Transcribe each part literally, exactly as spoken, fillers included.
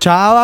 Ciao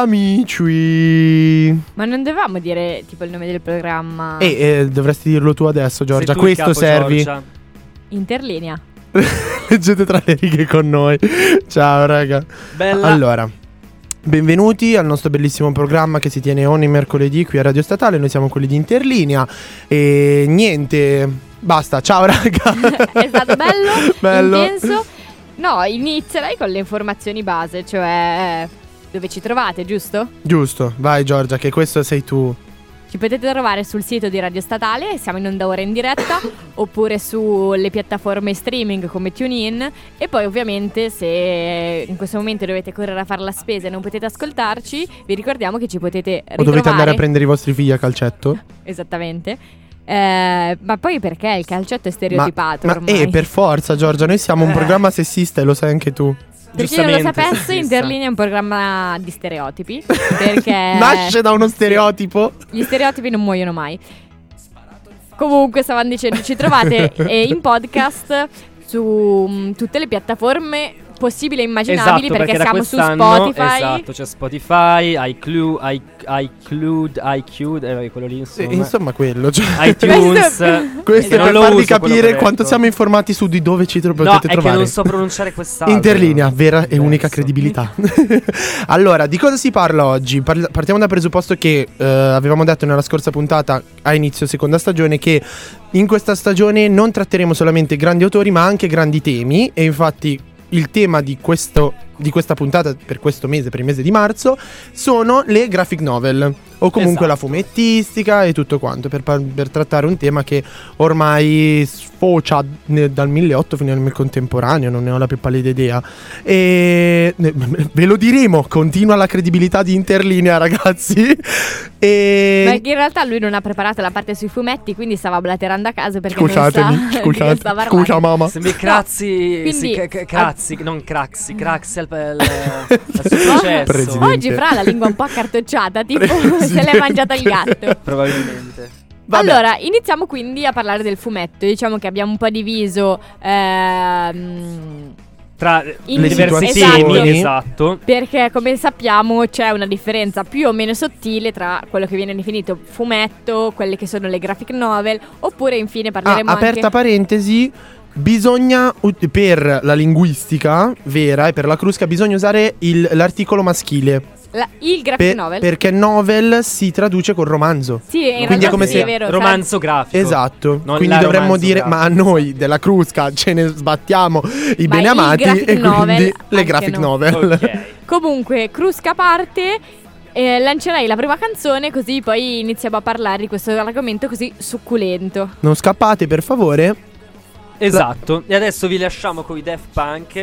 amici. Ma non dovevamo dire tipo il nome del programma? Eh, eh dovresti dirlo tu adesso, Giorgia. Sei tu il Questo capo, servi. Giorgia. Interlinea. Leggete tra le righe con noi. Ciao raga. Bella. Allora, benvenuti al nostro bellissimo programma che si tiene ogni mercoledì qui a Radio Statale. Noi siamo quelli di Interlinea. E niente, basta, ciao raga. È stato bello, Bello. intenso. No, inizierei con le informazioni base, cioè dove ci trovate, giusto? Giusto, vai Giorgia, che questo sei tu. Ci potete trovare sul sito di Radio Statale, siamo in onda ora in diretta, oppure sulle piattaforme streaming come TuneIn. E poi ovviamente se in questo momento dovete correre a fare la spesa e non potete ascoltarci, vi ricordiamo che ci potete ritrovare. O dovete andare a prendere i vostri figli a calcetto. Esattamente. Eh, ma poi perché il calcetto è stereotipato Ma, ormai? ma eh, per forza Giorgia, noi siamo un Eh. programma sessista e lo sai anche tu. Per chi non lo Giustamente, sapesse, sessista. Interlinea è un programma di stereotipi. Perché Nasce da uno stereotipo. gli stereotipi non muoiono mai. Comunque, stavamo dicendo, ci trovate eh, in podcast su mh, tutte le piattaforme possibili e immaginabili, Esatto, perché, da siamo su quest'anno, Spotify. Esatto, c'è Spotify, iClu, i, iClude, iClude, eh, quello lì Sì, insomma. insomma quello, cioè. iTunes. Questo- Questo Eh, è non per lo farvi uso quello capire che ho quanto detto. siamo informati su di dove ci tro- No, potete è trovare. che non so pronunciare quest'altro. Interlinea, vera e unica Adesso. credibilità. Allora, di cosa si parla oggi? Parli- partiamo dal presupposto che eh, avevamo detto nella scorsa puntata, a inizio seconda stagione, che in questa stagione non tratteremo solamente grandi autori, ma anche grandi temi. E infatti il tema di questo di questa puntata per questo mese, per il mese di marzo, sono le graphic novel, o comunque Esatto. la fumettistica e tutto quanto, per, par- per trattare un tema che ormai sfocia ne- dal milleottocento fino al contemporaneo, non ne ho la più pallida idea. E ne- ve lo diremo, continua la credibilità di Interlinea, ragazzi. E Perché in realtà lui non ha preparato la parte sui fumetti, quindi stava blaterando a casa perché scusatemi, non sa di scusate, cosa stava parlando. scusa mamma. Sembri Crazzi, quindi- sì, c- c- Crazzi, non Craxi, Craxi al, al, al successo. Presidente. Oggi Fra ha la lingua un po' accartocciata, tipo se Presidente. l'è mangiata il gatto. Probabilmente. Vabbè. Allora, iniziamo quindi a parlare del fumetto. Diciamo che abbiamo un po' diviso ehm, Tra In- le diversi esatto. temi, esatto. perché come sappiamo c'è una differenza più o meno sottile tra quello che viene definito fumetto, quelle che sono le graphic novel, oppure infine Ah, parleremo aperta anche parentesi, bisogna ut- per la linguistica vera e per la crusca bisogna usare il- l'articolo maschile. la- il graphic Per- novel. Perché novel si traduce con romanzo. Sì, in Quindi è realtà come sì, se- è vero. Romanzo grafico. Esatto. Non Quindi la dovremmo romanzo dire, grafico. ma a noi della crusca ce ne sbattiamo i Ma bene il amati graphic e novel quindi le anche graphic no. novel. Ok. Comunque, crusca a parte, eh, lancerei la prima canzone così poi iniziamo a parlare di questo argomento così succulento. Non scappate per favore. Esatto. E adesso vi lasciamo con i Daft Punk.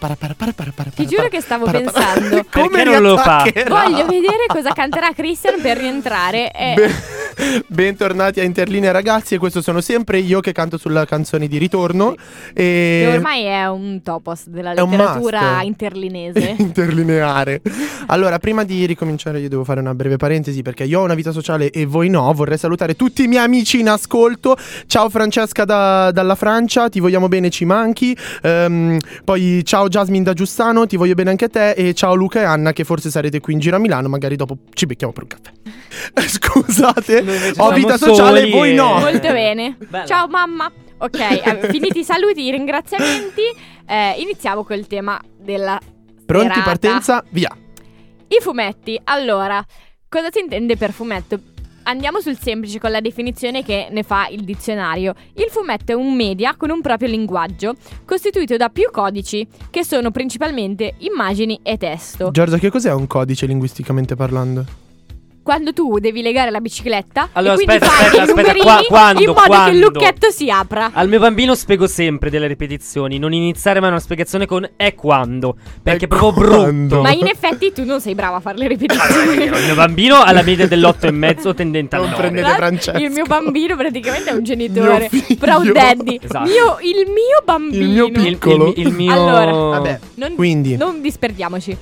para para para para para. Ti giuro che stavo pensando. Come non lo fa? Voglio vedere cosa canterà Christian per rientrare. E... Be- bentornati a Interlinea ragazzi, e questo sono sempre io che canto sulla canzone di ritorno. E... Che ormai è un topos della È un letteratura must. interlinese. Interlineare. Allora, prima di ricominciare io devo fare una breve parentesi, perché io ho una vita sociale e voi no. Vorrei salutare tutti i miei amici in ascolto. Ciao Francesca da, dalla Francia, ti vogliamo bene, ci manchi. Um, poi ciao Jasmine da Giussano, ti voglio bene anche te. E ciao Luca e Anna, che forse sarete qui in giro a Milano, magari dopo ci becchiamo per un caffè. Scusate, ho vita sociale e voi no. Molto bene. Bella. Ciao mamma. Ok, eh, finiti i saluti, i ringraziamenti, eh, iniziamo col tema della Pronti, serata. partenza, via. I fumetti. Allora, cosa si intende per fumetto? Andiamo sul semplice con la definizione che ne fa il dizionario. Il fumetto è un media con un proprio linguaggio, costituito da più codici, che sono principalmente immagini e testo. Giorgia, che cos'è un codice linguisticamente parlando? Quando tu devi legare la bicicletta Allora, e quindi aspetta, fai aspetta, i aspetta, numerini qua- quando, in modo che quando? il lucchetto si apra. Al mio bambino spiego sempre delle ripetizioni. Non iniziare mai una spiegazione con è quando, perché È è proprio quando. brutto. Ma in effetti tu non sei brava a fare le ripetizioni. Il mio bambino ha la media dell'otto e mezzo tendente al Non nove. prendete Tra- Francesca. Il mio bambino praticamente è un genitore. Mio figlio. Proud daddy. Esatto. Mio- il mio bambino. Il mio Il, il- piccolo. il mio Allora, Vabbè, Non, quindi non disperdiamoci.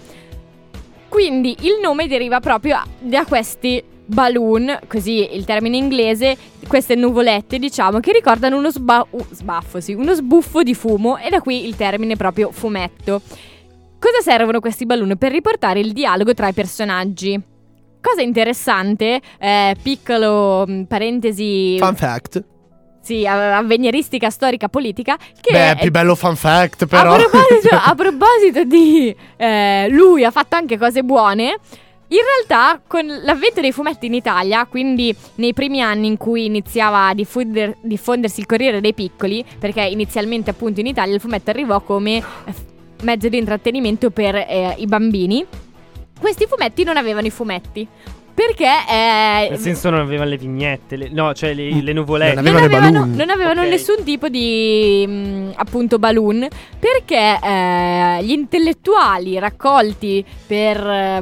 Quindi il nome deriva proprio da questi balloon, così il termine inglese, queste nuvolette diciamo che ricordano uno sba- uh, sbaffo, sì, uno sbuffo di fumo, e da qui il termine proprio fumetto. Cosa servono questi balloon? Per riportare il dialogo tra i personaggi. Cosa interessante, eh, piccolo mh, parentesi, fun fact. sì, a- avveniristica, storica, politica, che Beh, è- più bello fun fact però. a proposito, a proposito di eh, lui ha fatto anche cose buone. In realtà, con l'avvento dei fumetti in Italia, quindi nei primi anni in cui iniziava a diffonder- diffondersi il Corriere dei Piccoli, perché inizialmente appunto in Italia il fumetto arrivò come eh, f- mezzo di intrattenimento per eh, i bambini, questi fumetti non avevano i fumetti. Perché eh, Nel senso non aveva le vignette, le- no, cioè le, le nuvolette. Non non avevano i avevano, balloon. non avevano Ok. nessun tipo di mh, appunto balloon, perché eh, gli intellettuali raccolti per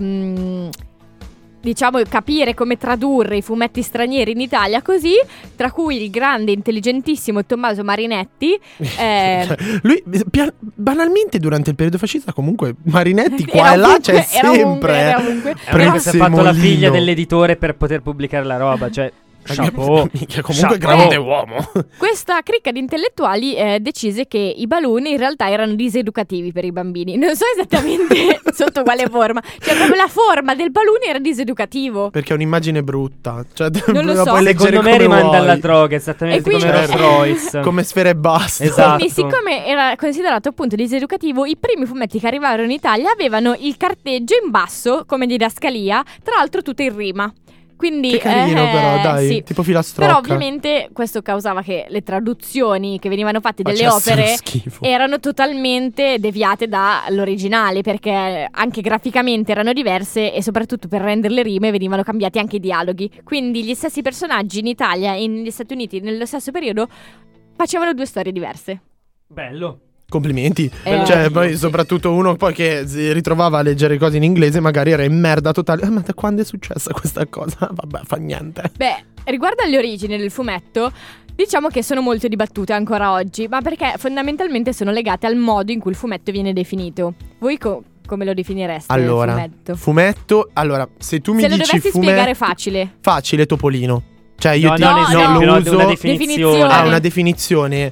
mh, diciamo capire come tradurre i fumetti stranieri in Italia così, tra cui il grande intelligentissimo Tommaso Marinetti, eh, Cioè, lui pia- banalmente durante il periodo fascista comunque Marinetti qua era e là ovunque, c'è era ovunque, sempre. era ovunque. È uno che si è fatto la Prezzemolino. figlia dell'editore per poter pubblicare la roba, cioè chapeau. Minchia, comunque Chapeau. grande uomo. Questa cricca di intellettuali eh, decise che i balloon in realtà erano diseducativi per i bambini. Non so esattamente sotto quale forma. Cioè proprio la forma del balloon era diseducativo. Perché è un'immagine brutta. Cioè, Non lo la so. puoi leggere Secondo me come rimanda vuoi. alla droga, esattamente E quindi- come Rolls Royce. Come sfere e basta. Esatto. Quindi siccome era considerato appunto diseducativo, i primi fumetti che arrivarono in Italia avevano il carteggio in basso come didascalia, tra l'altro tutto in rima. Quindi Che carino eh, però, dai. sì. Tipo filastrocca. Però ovviamente questo causava che le traduzioni che venivano fatte delle Facessero opere schifo. erano totalmente deviate dall'originale, perché anche graficamente erano diverse e soprattutto per rendere le rime venivano cambiati anche i dialoghi. Quindi gli stessi personaggi in Italia e negli Stati Uniti nello stesso periodo facevano due storie diverse. Bello. Complimenti. Eh, Cioè, sì, poi sì. soprattutto uno poi che si ritrovava a leggere cose in inglese, magari era in merda totale. Ah, ma da quando è successa questa cosa? Vabbè, fa niente. Beh, riguardo alle origini del fumetto, diciamo che sono molto dibattute ancora oggi, ma perché fondamentalmente sono legate al modo in cui il fumetto viene definito. Voi co- come lo definireste Allora, il fumetto? fumetto. Allora, se tu mi Se lo dici dovessi fumetto, spiegare facile. facile, Topolino. Cioè, io No, ti no, no, nel no, senso, lo no, uso. una definizione. Definizione. Ah, una definizione.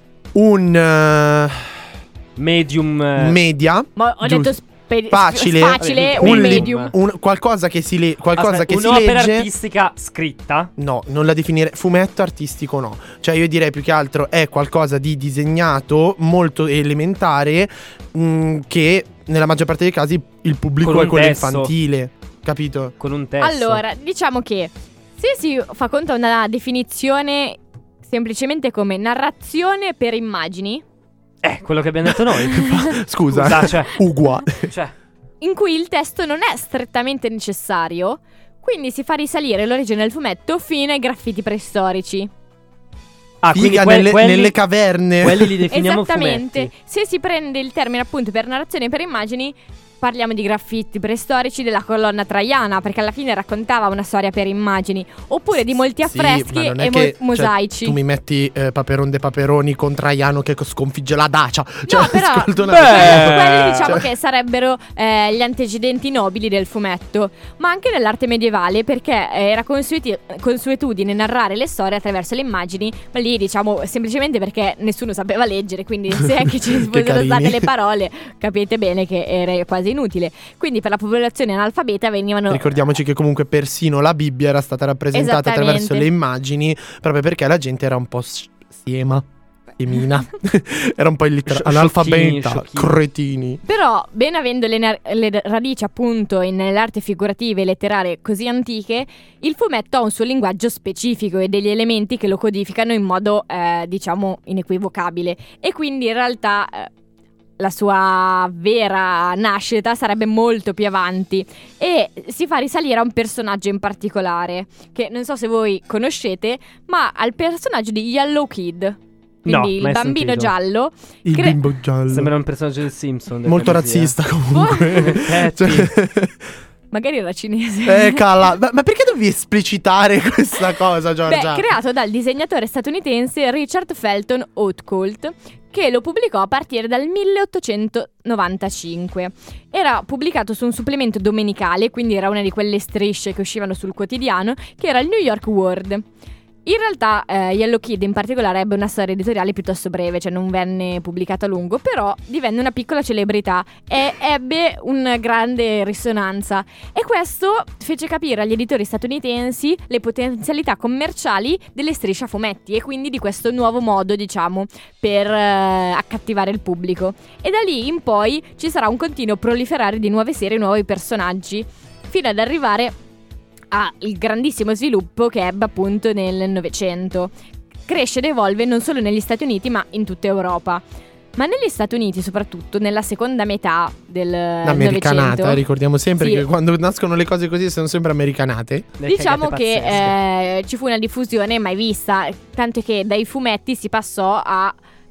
Un eh, Medium. eh, media. Ma ho Giusto. detto spe- Facile. facile, Un un, li- medium. un- qualcosa che si le- qualcosa aspetta, che si un'opera legge. artistica scritta. No, non la definire fumetto artistico, no. Cioè, io direi più che altro è qualcosa di disegnato, molto elementare, mh, che nella maggior parte dei casi il pubblico Con un è quello testo. infantile. Capito? Con un testo. Allora, diciamo che se si fa conto a una definizione semplicemente come narrazione per immagini, Eh, quello che abbiamo detto noi. Scusa, Scusa, cioè. uguale. Cioè, in cui il testo non è strettamente necessario, quindi si fa risalire l'origine del fumetto fino ai graffiti preistorici. Ah, quindi figa que- nelle, quelli- nelle caverne. Quelli li definiamo Esattamente. fumetti. Se si prende il termine appunto per narrazione e per immagini, parliamo di graffiti preistorici della colonna traiana, perché alla fine raccontava una storia per immagini, oppure di molti Sì, affreschi ma non è e mo- che, cioè, mosaici. tu mi metti eh, Paperon de Paperoni con Traiano che sconfigge la Dacia. Cioè, No, però ascolta una beh, cosa. quelli diciamo Cioè- che sarebbero eh, gli antecedenti nobili del fumetto, ma anche nell'arte medievale, perché eh, era consueti- consuetudine narrare le storie attraverso le immagini, ma lì diciamo semplicemente perché nessuno sapeva leggere, quindi se anche ci Che fossero carini. state le parole capite bene che era quasi inutile. Quindi per la popolazione analfabeta venivano Ricordiamoci che comunque persino la Bibbia era stata rappresentata Esattamente. attraverso le immagini, proprio perché la gente era un po' s- siema, siemina. Era un po' illittera- Sciocchini, analfabeta, sciocchini. cretini. Però, ben avendo le, nar- le radici appunto in- nelle arti figurative e letterarie così antiche, il fumetto ha un suo linguaggio specifico e degli elementi che lo codificano in modo, eh, diciamo, inequivocabile. E quindi in realtà eh, la sua vera nascita sarebbe molto più avanti e si fa risalire a un personaggio in particolare, che non so se voi conoscete, ma al personaggio di Yellow Kid. No, Quindi il mai bambino sentito. giallo. Il Cre- bimbo giallo. Sembra un personaggio del Simpson. detto Molto così, eh. razzista comunque. In effetti. Cioè- Magari era cinese. Eh, cala. Ma, ma perché devi esplicitare questa cosa, Giorgia? Beh, creato dal disegnatore statunitense Richard Felton Outcault, che lo pubblicò a partire dal milleottocentonovantacinque. Era pubblicato su un supplemento domenicale, quindi era una di quelle strisce che uscivano sul quotidiano, che era il New York World. In realtà eh, Yellow Kid in particolare ebbe una storia editoriale piuttosto breve, cioè non venne pubblicata a lungo, però divenne una piccola celebrità e ebbe una grande risonanza, e questo fece capire agli editori statunitensi le potenzialità commerciali delle strisce a fumetti e quindi di questo nuovo modo, diciamo, per eh, accattivare il pubblico. E da lì in poi ci sarà un continuo proliferare di nuove serie, nuovi personaggi, fino ad arrivare ha il grandissimo sviluppo che ebbe appunto nel Novecento. Cresce ed evolve non solo negli Stati Uniti ma in tutta Europa. Ma negli Stati Uniti, soprattutto nella seconda metà del L'americanata, Novecento, ricordiamo sempre Sì. che quando nascono le cose così sono sempre americanate. Le diciamo cagate che pazzesche. eh, ci fu una diffusione mai vista, tanto che dai fumetti si passò a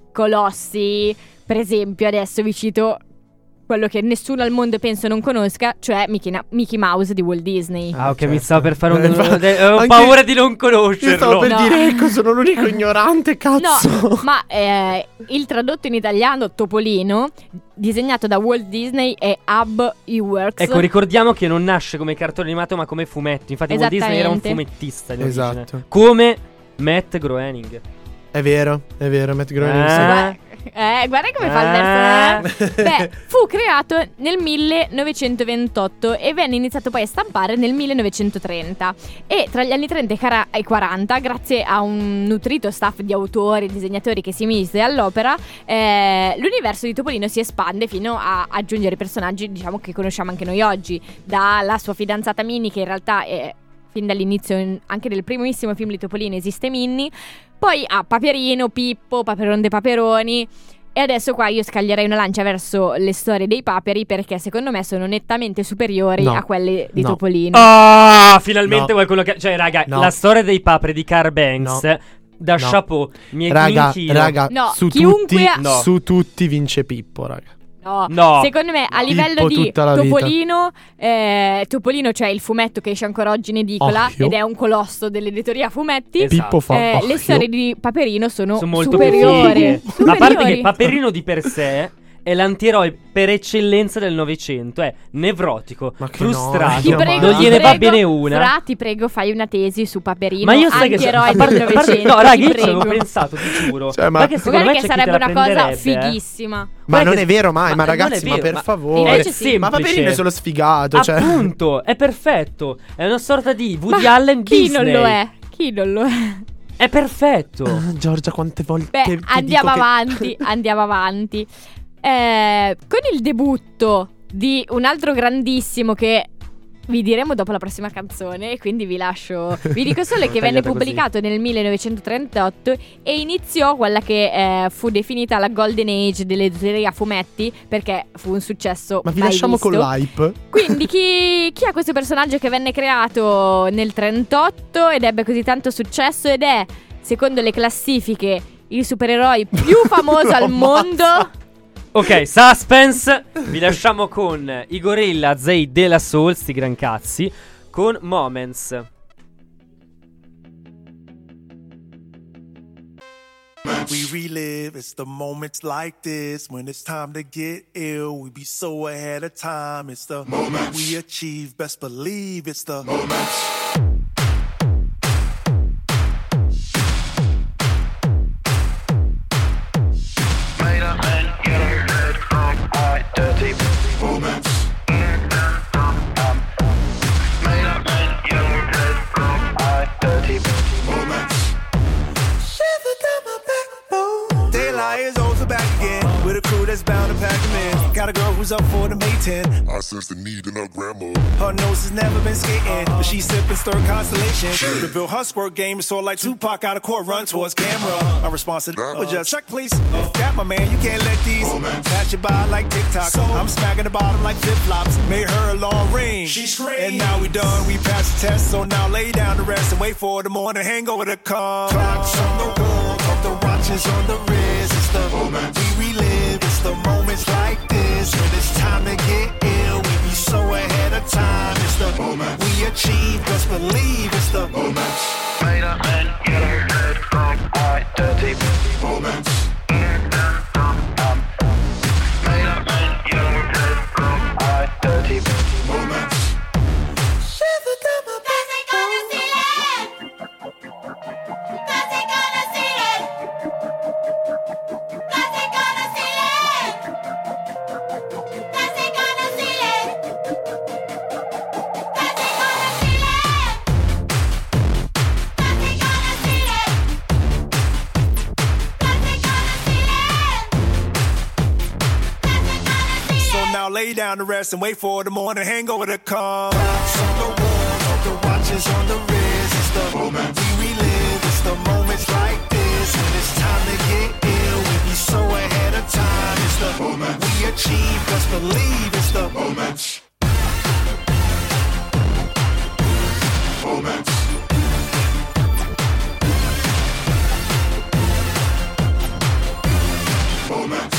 colossi. Per esempio, adesso vi cito quello che nessuno al mondo penso non conosca, cioè Mickey, Na- Mickey Mouse di Walt Disney. Ah, ok, certo. mi stavo per fare un. Eh, infa- de- ho anche- paura di non Io stavo conoscerlo. per No. dire, ecco, sono l'unico ignorante, cazzo. No, ma eh, il tradotto in italiano Topolino, disegnato da Walt Disney, è Hub Iwerks. Ecco, ricordiamo che non nasce come cartone animato, ma come fumetto. Infatti, Walt Disney era un Esattamente. fumettista. In origine. Esatto. Come Matt Groening. È vero, è vero, Matt Groening. sì. Eh. Eh, guarda come fa il Eh. verso. Eh. Beh, fu creato nel millenovecentoventotto e venne iniziato poi a stampare nel millenovecentotrenta. E tra gli anni trenta e cara- e quaranta, grazie a un nutrito staff di autori e disegnatori che si mise all'opera, eh, l'universo di Topolino si espande fino a aggiungere personaggi, diciamo, che conosciamo anche noi oggi. Dalla sua fidanzata Minnie, che in realtà è fin dall'inizio in- anche del primissimo film di Topolino esiste Minnie. Poi a Paperino, Pippo, Paperon de Paperoni. E adesso qua io scaglierei una lancia verso le storie dei paperi, perché secondo me sono nettamente superiori No. a quelle di No. Topolino. Ah, finalmente No. qualcuno che. Cioè, raga, No. la storia dei paperi di Carl Banks. No. Da No. chapeau. Mi Raga, inchino. raga, No, su chiunque tutti, ha- No. su tutti vince Pippo, raga. No. No. Secondo me a Pippo livello di tutta la vita. Topolino, eh, Topolino c'è il fumetto che esce ancora oggi in edicola Occhio. ed è un colosso dell'editoria fumetti. Esatto. Pippo fa Eh, occhio. le storie di Paperino sono, Sono molto più superiori. fighe. superiori. A parte che Paperino di per sé è l'antieroe per eccellenza del Novecento. È nevrotico, Ma che frustrato, no, Ti Io prego, non ti gliene va prego, bene una. Fra, ti prego, fai una tesi su Paperino. Ma io sai che antieroe a parte- del a parte- Novecento. No, raga, ti io ci avevo prego. pensato, ti giuro. Cioè, ma- Ma che secondo Guarda me che c'è chi te sarebbe la una cosa prenderebbe, eh. fighissima. Ma Guarda non che- è vero mai, ma, ma non è ragazzi, ma vero, per ma- favore. Invece sì. Ma Paperino è solo sfigato, cioè. Appunto, è perfetto. È una sorta di Woody Ma Allen chi Disney. non lo è? Chi non lo è? È perfetto. Ah, Giorgia, quante volte Beh, ti andiamo dico che- avanti, andiamo avanti. Eh, con il debutto di un altro grandissimo che vi diremo dopo la prossima canzone, e quindi vi lascio. Vi dico solo che venne Tagliata così. pubblicato nel millenovecentotrentotto e iniziò quella che eh, fu definita la Golden Age dell'editoria a fumetti, perché fu un successo Ma vi mai lasciamo visto. con l'hype. Quindi chi, chi è questo personaggio che venne creato nel trentotto ed ebbe così tanto successo ed è secondo le classifiche, il supereroe più famoso al mondo. Ok, suspense. Vi lasciamo con i Gorillaz e i De La Soul, sti gran cazzi, con Moments. We relive, it's the moments like this. When it's time to get ill, we be so ahead of time. It's the moments we achieve, best believe it's the moments. Made up and yellow, red, from white, dirty moments. Made up and yellow, red, from white, dirty moments. Daylight is also back again with a crew that's bound to pack them in. Got a girl who's up for the May ten. I sense the need in her grandma. Her nose has never been skating, but she's sipping stir constellation. The Bill her squirt game is sort of like Tupac out of court, run towards camera. A response to the just check please. That my man, you can't let these pass you by like TikTok. I'm smacking the bottom like flip flops. Made her a long ring. She screamed. And now we done, we passed the test. So now lay down to rest and wait for the morning hangover to come. Clocks on the wall, the watches on the wrist. It's the moment we relive. It's the moments like this when it's time to get ill. We be so ahead of time. It's the moment we achieve. Just believe it's the moment. Made up and yellow, red, from white, dirty moments. Made up and yellow, red, from white, dirty moments. Shiver down my back. Lay down to rest and wait for the morning hangover to come. Clocks on the wall, the watches on the wrist. It's the moment we relive. It's the moments like this when it's time to get ill. We be so ahead of time. It's the moment we achieve. Just believe it's the moment. Moment. Moment.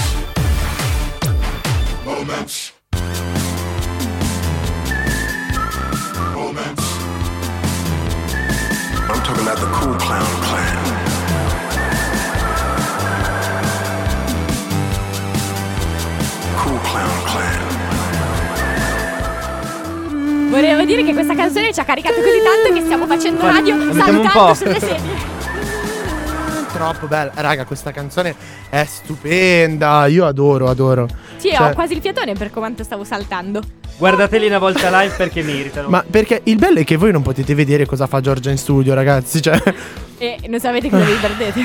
Moments. Moments. I'm talking about the Cool Clown Clan. Cool Clown Clan. Volevo dire che questa canzone ci ha caricato così tanto che stiamo facendo radio saltando sulle sedie. Troppo bella, raga, questa canzone è stupenda. Io adoro, adoro. Sì, cioè... ho quasi il fiatone per quanto stavo saltando. Guardateli una volta live perché meritano. Ma perché il bello è che voi non potete vedere cosa fa Giorgia in studio, ragazzi. Cioè... E non sapete cosa vi perdete.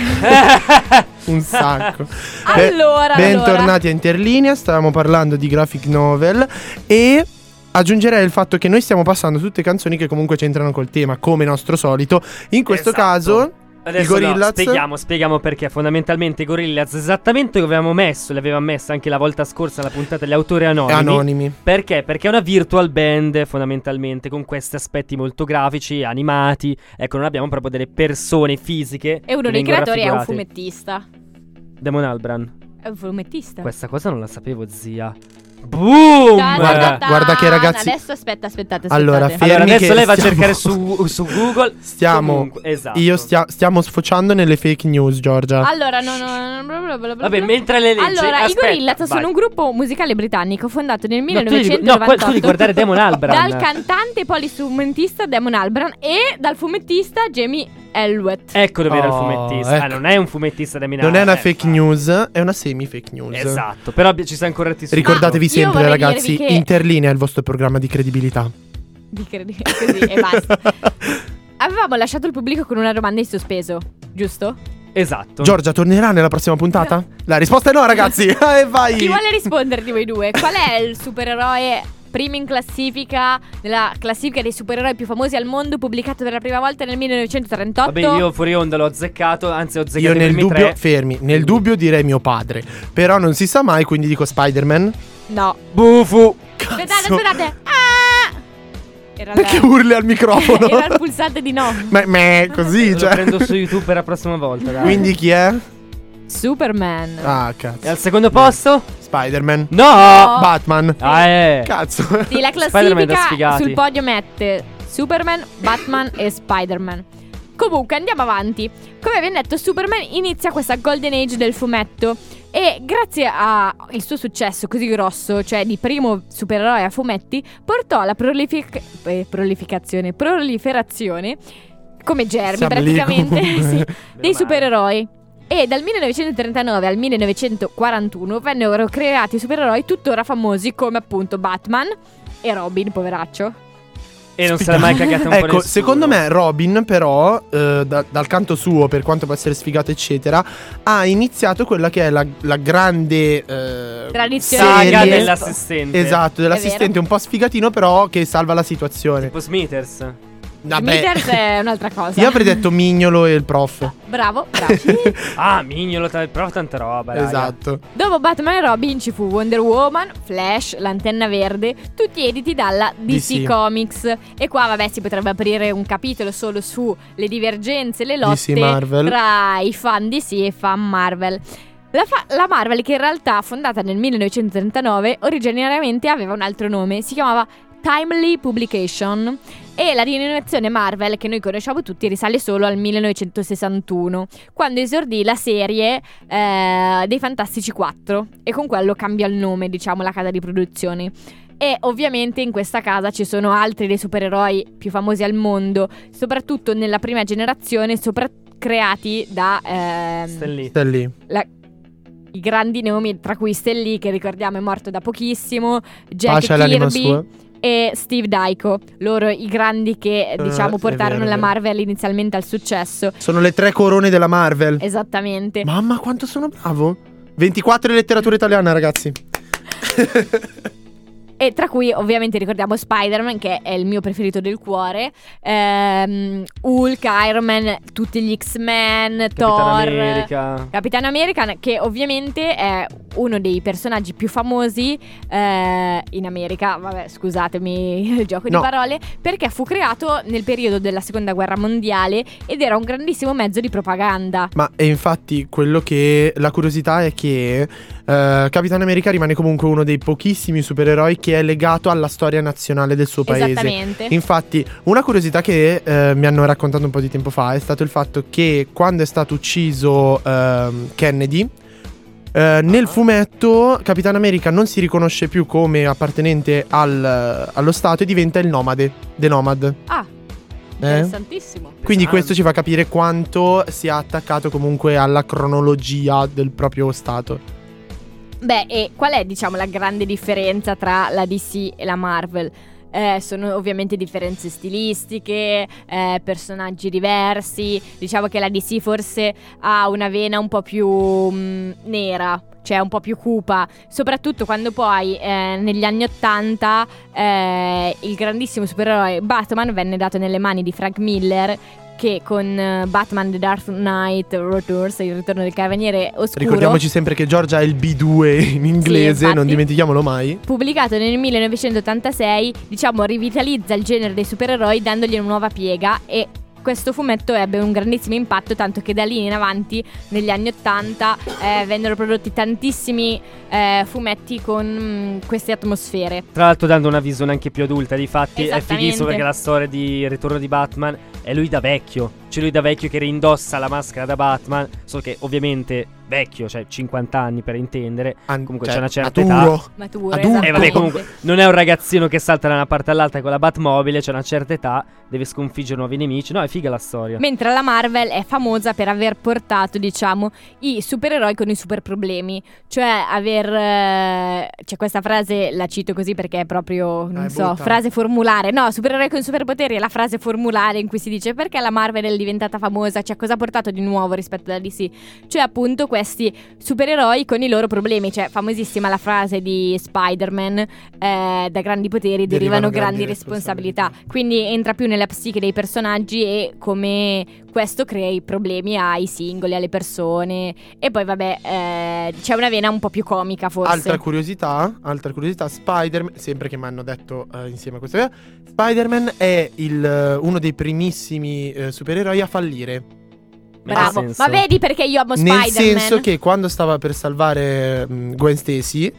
Un sacco. Allora, Be- bentornati allora. a Interlinea. Stavamo parlando di graphic novel. E aggiungerei il fatto che noi stiamo passando tutte canzoni che comunque c'entrano col tema, come nostro solito. In questo esatto. caso Adesso i Gorillaz, no, spieghiamo, spieghiamo perché fondamentalmente i Gorillaz, esattamente come avevamo messo, le avevamo messe anche la volta scorsa nella puntata degli autori anonimi. anonimi. Perché? Perché è una virtual band fondamentalmente con questi aspetti molto grafici, animati. Ecco, non abbiamo proprio delle persone fisiche. E uno dei creatori è un fumettista. Damon Albarn. È un fumettista. Questa cosa non la sapevo, zia. Boom! Da, da, guarda, da, da, guarda che ragazzi. Adesso aspetta, aspettate, aspettate. Allora, allora adesso lei va stiamo... a cercare su, su Google. Stiamo Comunque, esatto. Io stia... stiamo sfociando nelle fake news, Giorgia. Allora, no, no, no, bla bla bla bla. Vabbè, mentre le leggi. Allora, aspetta, i Gorillaz vai. sono un gruppo musicale britannico fondato nel No, millenovecentoventotto. tu, di, no, tu di guardare Damon Albarn. Dal cantante e polistrumentista Damon Albarn e dal fumettista Jamie Elwet. Ecco dove era il Oh, fumettista. ecco. Ah, non è un fumettista Damon Non è una eh, fake ma- news, è una semi-fake news. Esatto, però ci siamo corretti su. Ricordatevi io sempre, vorrei ragazzi, dirvi che- Interlinea è il vostro programma di credibilità. Di credi- così e basta. Avevamo lasciato il pubblico con una domanda in sospeso, giusto? Esatto. Giorgia tornerà nella prossima puntata? La risposta è no, ragazzi. E vai. Chi vuole rispondere di voi due? Qual è il supereroe primo in classifica, nella classifica dei supereroi più famosi al mondo, pubblicato per la prima volta nel millenovecentotrentotto? Vabbè, io fuori onda l'ho azzeccato, anzi ho azzeccato Io i nel primi dubbio, tre. fermi, nel dubbio direi mio padre. Però non si sa mai, quindi dico Spider-Man. No. Bufu. Aspettate, aspettate. Ah! Era Perché la- urli al microfono? Era il pulsante di no. Me, me, così, Lo cioè. prendo su YouTube per la prossima volta, dai. Quindi chi è? Superman. Ah, E cazzo. al secondo posto? Spider-Man. No! No. Batman. Ah, eh. Cazzo. Sì, la Spider-Man da classifica sfigati. sul podio mette Superman, Batman e Spider-Man. Comunque andiamo avanti. Come abbiamo detto, Superman inizia questa golden age del fumetto e grazie al suo successo così grosso, cioè di primo supereroe a fumetti, portò alla prolific- eh, prolificazione, proliferazione come germi Siamo lì praticamente comunque. sì, dei male. supereroi. E dal millenovecentotrentanove al millenovecentoquarantuno vennero creati supereroi tuttora famosi come appunto Batman e Robin, poveraccio. E non se l'è mai cagato un po' Ecco, nessuno. secondo me Robin però, eh, da- dal canto suo, per quanto può essere sfigato eccetera, ha iniziato quella che è la, la grande eh, Tradizione. Saga serie- dell'assistente. Esatto, dell'assistente un po' sfigatino però che salva la situazione. Tipo Smithers. Vabbè, Smithers è un'altra cosa. io avrei detto Mignolo e il prof. Bravo, bravo. Ah, Mignolo, tra- però tanta roba, raga. Esatto. Dopo Batman e Robin ci fu Wonder Woman, Flash, Lanterna Verde, tutti editi dalla D C, D C. Comics. E qua vabbè si potrebbe aprire un capitolo solo sulle divergenze, le D C lotte Marvel. tra i fan D C e i fan Marvel. La, fa- la Marvel, che in realtà fondata nel millenovecentotrentanove, originariamente aveva un altro nome, si chiamava Timely Publication. E la denominazione Marvel, che noi conosciamo tutti, risale solo al millenovecentosessantuno, quando esordì la serie eh, dei Fantastici quattro, e con quello cambia il nome, diciamo, la casa di produzione. E ovviamente in questa casa ci sono altri dei supereroi più famosi al mondo, soprattutto nella prima generazione, sopra- creati da ehm, Stan Lee. Stai lì. la- i grandi nomi, tra cui Stan Lee, che ricordiamo è morto da pochissimo, Jack Pace all'anima Kirby sua. e Steve Ditko, loro i grandi che diciamo è portarono vero, è la vero. Marvel inizialmente al successo. Sono le tre corone della Marvel. Esattamente. Mamma quanto sono bravo. ventiquattro in letteratura italiana, ragazzi. E tra cui ovviamente ricordiamo Spider-Man, che è il mio preferito del cuore, ehm, Hulk, Iron Man, tutti gli X-Men, Capitan Thor, America. Capitano America, che ovviamente è uno dei personaggi più famosi eh, in America. Vabbè, scusatemi il gioco No. di parole, perché fu creato nel periodo della seconda guerra mondiale ed era un grandissimo mezzo di propaganda. Ma e infatti quello che la curiosità è che eh, Capitano America rimane comunque uno dei pochissimi supereroi che è legato alla storia nazionale del suo paese. Esattamente. Infatti, una curiosità che eh, mi hanno raccontato un po' di tempo fa è stato il fatto che quando è stato ucciso ehm, Kennedy, eh, nel fumetto Capitano America non si riconosce più come appartenente al- allo Stato e diventa il nomade, The Nomad. Ah, Eh? interessantissimo. Quindi Pesante. questo ci fa capire quanto sia attaccato comunque alla cronologia del proprio Stato. Beh, e qual è, diciamo, la grande differenza tra la D C e la Marvel? Eh, sono ovviamente differenze stilistiche, eh, personaggi diversi. Diciamo che la D C forse ha una vena un po' più mh, nera, cioè un po' più cupa, soprattutto quando poi eh, negli anni ottanta eh, il grandissimo supereroe Batman venne dato nelle mani di Frank Miller, che con eh, Batman The Dark Knight Returns, il ritorno del Cavaliere Oscuro, Ricordiamoci sempre che Giorgia ha il B due in inglese, infatti. non dimentichiamolo mai. pubblicato nel millenovecentottantasei, diciamo rivitalizza il genere dei supereroi dandogli una nuova piega, e questo fumetto ebbe un grandissimo impatto, tanto che da lì in avanti negli anni ottanta eh, vennero prodotti tantissimi eh, fumetti con mh, queste atmosfere. Tra l'altro dando una visione anche più adulta. Difatti è Esattamente. fighissimo perché la storia di Ritorno di Batman è lui da vecchio. C'è lui da vecchio che reindossa la maschera da Batman, solo che ovviamente vecchio, cioè cinquanta anni per intendere. An- Comunque cioè, c'è una certa maturo. età. Maturo, Adulto. E esattamente. vabbè, comunque non è un ragazzino che salta da una parte all'altra con la Batmobile, c'è una certa età, deve sconfiggere nuovi nemici. No, è figa la storia. Mentre la Marvel è famosa per aver portato, diciamo, i supereroi con i super problemi. Cioè aver eh, c'è questa frase, la cito così perché è proprio, non Dai, so, butta. frase formulare. No, supereroi con superpoteri è la frase formulare in cui si dice perché la Marvel è diventata famosa, cioè cosa ha portato di nuovo rispetto alla D C. Cioè appunto questi supereroi con i loro problemi. Cioè, famosissima la frase di Spider-Man, eh, da grandi poteri derivano, derivano grandi, grandi responsabilità. responsabilità. Quindi entra più nella psiche dei personaggi e come questo crea i problemi ai singoli, alle persone. E poi vabbè, eh, c'è una vena un po' più comica forse. Altra curiosità, altra curiosità, Spider-Man, sempre che mi hanno detto uh, insieme a questa cosa, Spider-Man è il, uh, uno dei primissimi uh, supereroi a fallire. Bravo, ma vedi perché io amo Spider-Man? Nel senso che quando stava per salvare um, Gwen Stacy,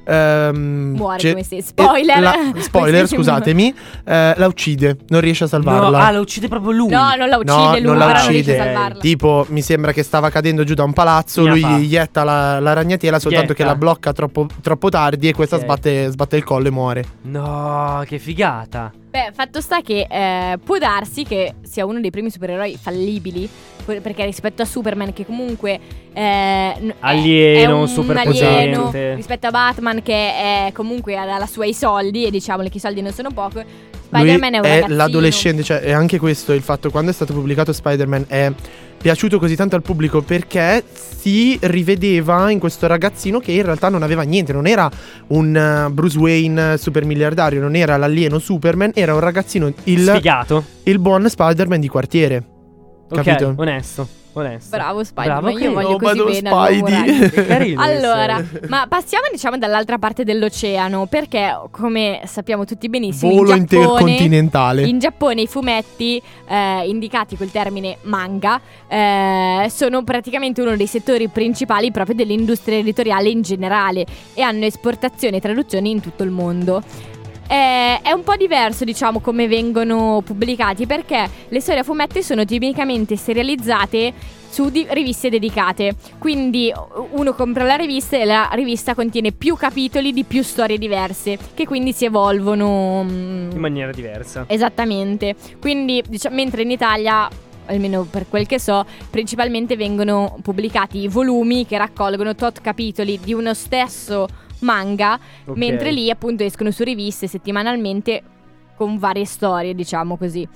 Um, muore come se spoiler, la, spoiler scusatemi, eh, la uccide, non riesce a salvarla. No, ah, la uccide proprio lui. No, non la uccide no, lui, non la però uccide. non riesce a salvarla. Tipo, mi sembra che stava cadendo giù da un palazzo, Mia lui fa. gli ietta la, la ragnatela, soltanto Ietta. che la blocca troppo, troppo tardi e questa Okay. sbatte, sbatte il collo e muore. No, che figata. Beh, fatto sta che eh, può darsi che sia uno dei primi supereroi fallibili, perché rispetto a Superman, che comunque eh, n- Alieno, è un super alieno, potente. rispetto a Batman, che è comunque ha la sua i soldi, e diciamole che i soldi non sono poco. Spider-Man Lui è un è ragazzino. l'adolescente, cioè è anche questo il fatto. Quando è stato pubblicato Spider-Man è piaciuto così tanto al pubblico perché si rivedeva in questo ragazzino che in realtà non aveva niente, non era un uh, Bruce Wayne super miliardario, non era l'alieno Superman, era un ragazzino, il, Sfigato. il buon Spider-Man di quartiere. Ok, Capito? onesto, onesto. Bravo Spider-Man, Bravo, io ok. voglio Oh, così vado bene al nuovo Spidey. Raggi. Che carino Allora, essere. ma passiamo diciamo dall'altra parte dell'oceano, perché come sappiamo tutti benissimo Volo in Giappone, intercontinentale. in Giappone i fumetti eh, indicati col termine manga eh, sono praticamente uno dei settori principali proprio dell'industria editoriale in generale e hanno esportazioni e traduzioni in tutto il mondo. Eh, è un po' diverso, diciamo, come vengono pubblicati, perché le storie a fumetti sono tipicamente serializzate su di- riviste dedicate. Quindi uno compra la rivista e la rivista contiene più capitoli di più storie diverse, che quindi si evolvono mm, In maniera diversa. esattamente. Quindi, diciamo, mentre in Italia, almeno per quel che so, principalmente vengono pubblicati volumi che raccolgono tot capitoli di uno stesso manga, Ok. mentre lì appunto escono su riviste settimanalmente con varie storie, diciamo così.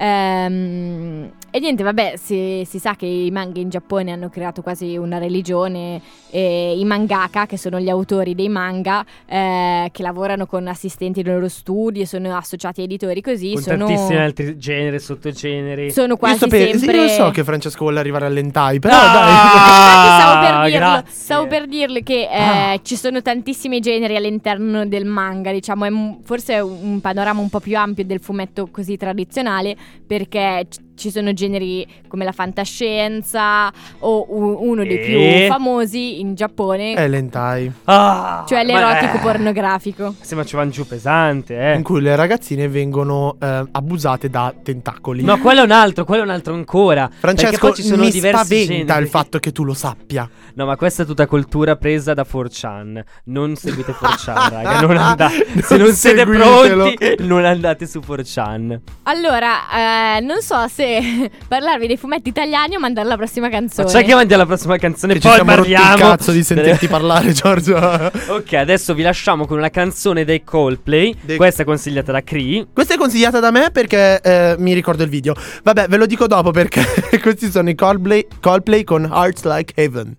Ehm, e niente, vabbè, si, si sa che i manga in Giappone hanno creato quasi una religione, e i mangaka, che sono gli autori dei manga, eh, che lavorano con assistenti nei loro studi e sono associati a editori così, Con sono, tantissimi altri generi, sottogeneri. sono Io, quasi sape- sempre... io lo so che Francesco vuole arrivare all'hentai, però Ah! dai. Infatti stavo per dirlo, grazie. stavo per dirle che eh, Ah. ci sono tantissimi generi all'interno del manga, diciamo, è un- forse è un panorama un po' più ampio del fumetto così tradizionale, perché c- ci sono generi come la fantascienza o u- uno dei E? più famosi in Giappone, È l'hentai, Ah, cioè ma- l'erotico eh. pornografico. Se ma ci vanno giù pesante, eh. in cui le ragazzine vengono eh, abusate da tentacoli. No, quello è un altro, quello è un altro ancora. Perché Francesco, poi ci sono mi diversi spaventa generi. il fatto che tu lo sappia. No, ma questa è tutta cultura presa da four chan. Non seguite four chan, raga. Non andate. Se non siete seguitelo. pronti, non andate su four chan. Allora, eh, non so se parlarvi dei fumetti italiani o mandare la prossima canzone. Facciamo che avanti alla prossima canzone. Che ci poi siamo rotti il parliamo. cazzo di sentirti parlare, Giorgio. Ok, adesso vi lasciamo con una canzone dei Coldplay. Dei- Questa è consigliata da Cree. Questa è consigliata da me perché eh, mi ricordo il video. Vabbè, ve lo dico dopo perché questi sono i Coldplay, Coldplay con Hearts Like Heaven.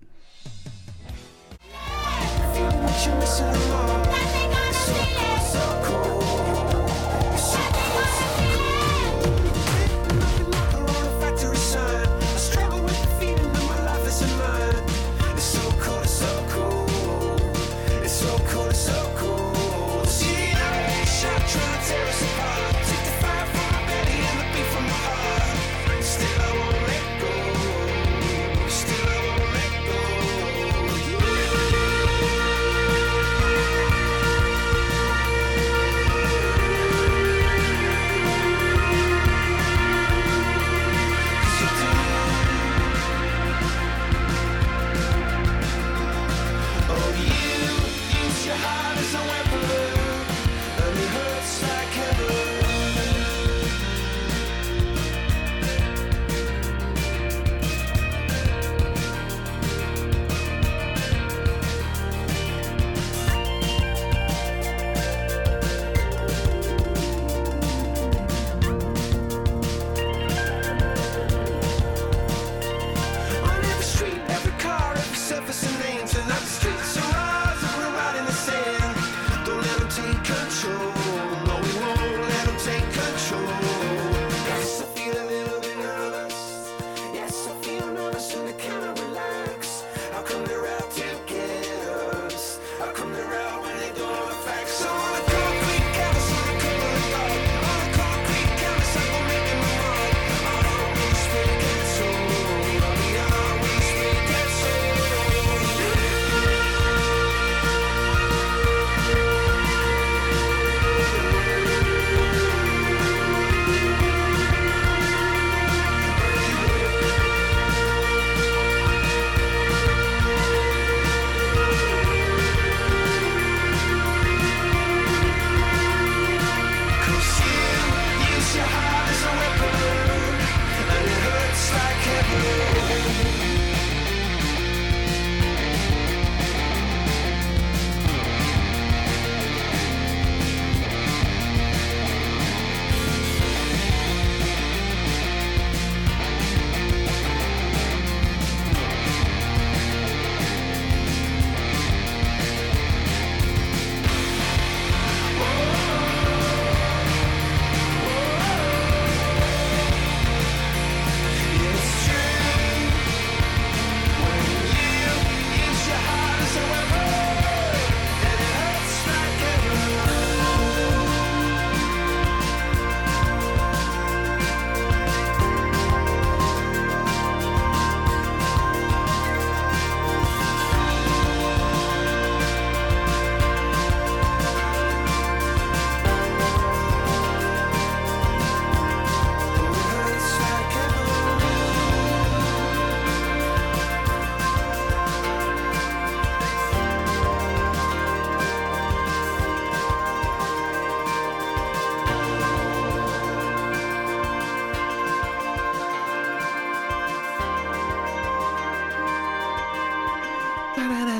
Still I won't let go.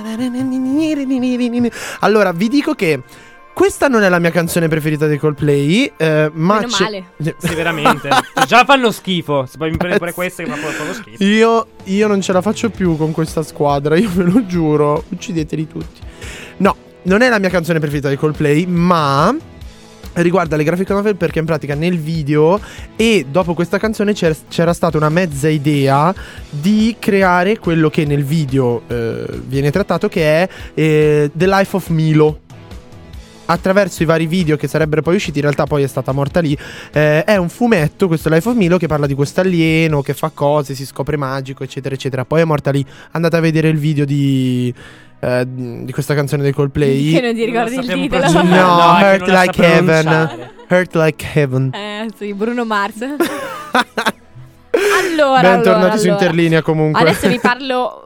Allora, vi dico che questa non è la mia canzone preferita dei Coldplay, eh, ma Meno c'è- male. Sì, veramente. Già fanno schifo. Se poi mi prendi pure queste che fanno proprio schifo. Io, io non ce la faccio più con questa squadra, io ve lo giuro. Uccideteli tutti. No, non è la mia canzone preferita dei Coldplay, ma riguarda le graphic novel, perché in pratica nel video e dopo questa canzone c'era, c'era stata una mezza idea di creare quello che nel video eh, viene trattato, che è eh, The Life of Milo. Attraverso i vari video che sarebbero poi usciti, in realtà poi è stata morta lì. eh, È un fumetto, questo Life of Milo, che parla di questo alieno che fa cose, si scopre magico, eccetera eccetera. Poi è morta lì. Andate a vedere il video di eh, di questa canzone dei Coldplay. Che non ti ricordi Non il sappiamo titolo? pronunciare. No, No, è che Hurt non la sa Like Heaven. pronunciare. Hurt Like Heaven. Eh sì, Bruno Mars. Allora, Bentornati allora, su allora. Interlinea comunque. Adesso vi parlo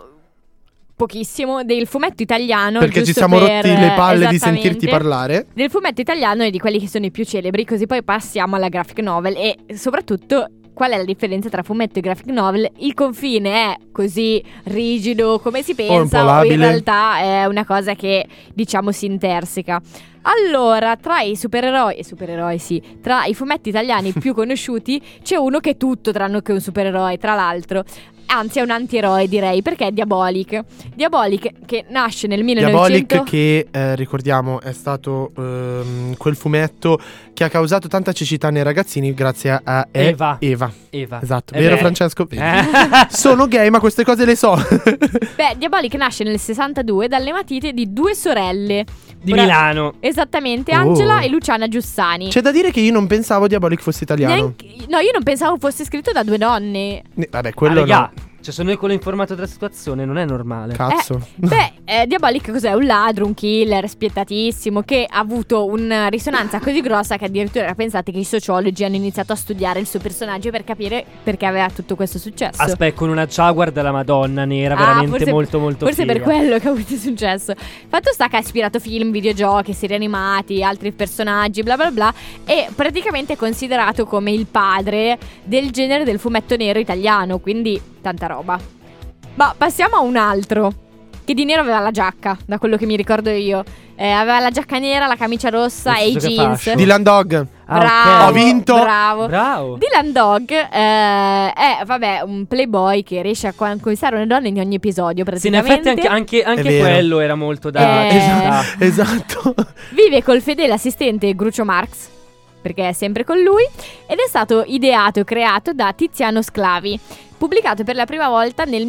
pochissimo del fumetto italiano, Perché ci giusto siamo per- rotti le palle di esattamente, sentirti parlare. del fumetto italiano e di quelli che sono i più celebri, così poi passiamo alla graphic novel e soprattutto qual è la differenza tra fumetto e graphic novel. Il confine è così rigido come si pensa o in labile. realtà è una cosa che diciamo si interseca. Allora, tra i supereroi, e supereroi sì, tra i fumetti italiani più conosciuti c'è uno che è tutto tranne che un supereroe, tra l'altro. Anzi è un antieroe, direi, perché è Diabolic. Diabolic che nasce nel millenovecento. Diabolic, che eh, ricordiamo è stato ehm, quel fumetto che ha causato tanta cecità nei ragazzini grazie a, a E- Eva. Eva. Eva. Esatto, Eh vero beh. Francesco? Vedi. Eh. Sono gay, ma queste cose le so. Beh, Diabolic nasce nel sessantadue dalle matite di due sorelle Di Bra- Milano. Esattamente, Oh. Angela e Luciana Giussani. C'è da dire che io non pensavo Diabolic fosse italiano. Neanche- no, io non pensavo fosse scritto da due donne. Ne- Vabbè, Ah, quello regà, no. cioè sono io quello informato della situazione, non è normale. Cazzo. Beh, eh, Diabolic cos'è? Un ladro, un killer spiettatissimo che ha avuto una risonanza così grossa che addirittura pensate che i sociologi hanno iniziato a studiare il suo personaggio per capire perché aveva tutto questo successo. Aspetta, con una Jaguar della Madonna nera, Ah, veramente forse- molto molto Forse figa. per quello che ha avuto successo. Fatto sta che ha ispirato film, videogiochi, serie animati, altri personaggi, bla bla bla. E praticamente è considerato come il padre del genere del fumetto nero italiano. Quindi tanta roba. Ma passiamo a un altro che di nero aveva la giacca, da quello che mi ricordo io. Eh, aveva la giacca nera, la camicia rossa Non e i so che jeans. fascio. Dylan Dog. Ah, Bravo, ok. Ho vinto. Bravo. Bravo. Dylan Dog eh, è, vabbè, un playboy che riesce a conquistare una donna in ogni episodio Sì, in praticamente. effetti anche, anche, anche È vero. quello era molto da... Eh. da- Esatto. Vive col fedele assistente Groucho Marx, perché è sempre con lui, ed è stato ideato e creato da Tiziano Sclavi, pubblicato per la prima volta nel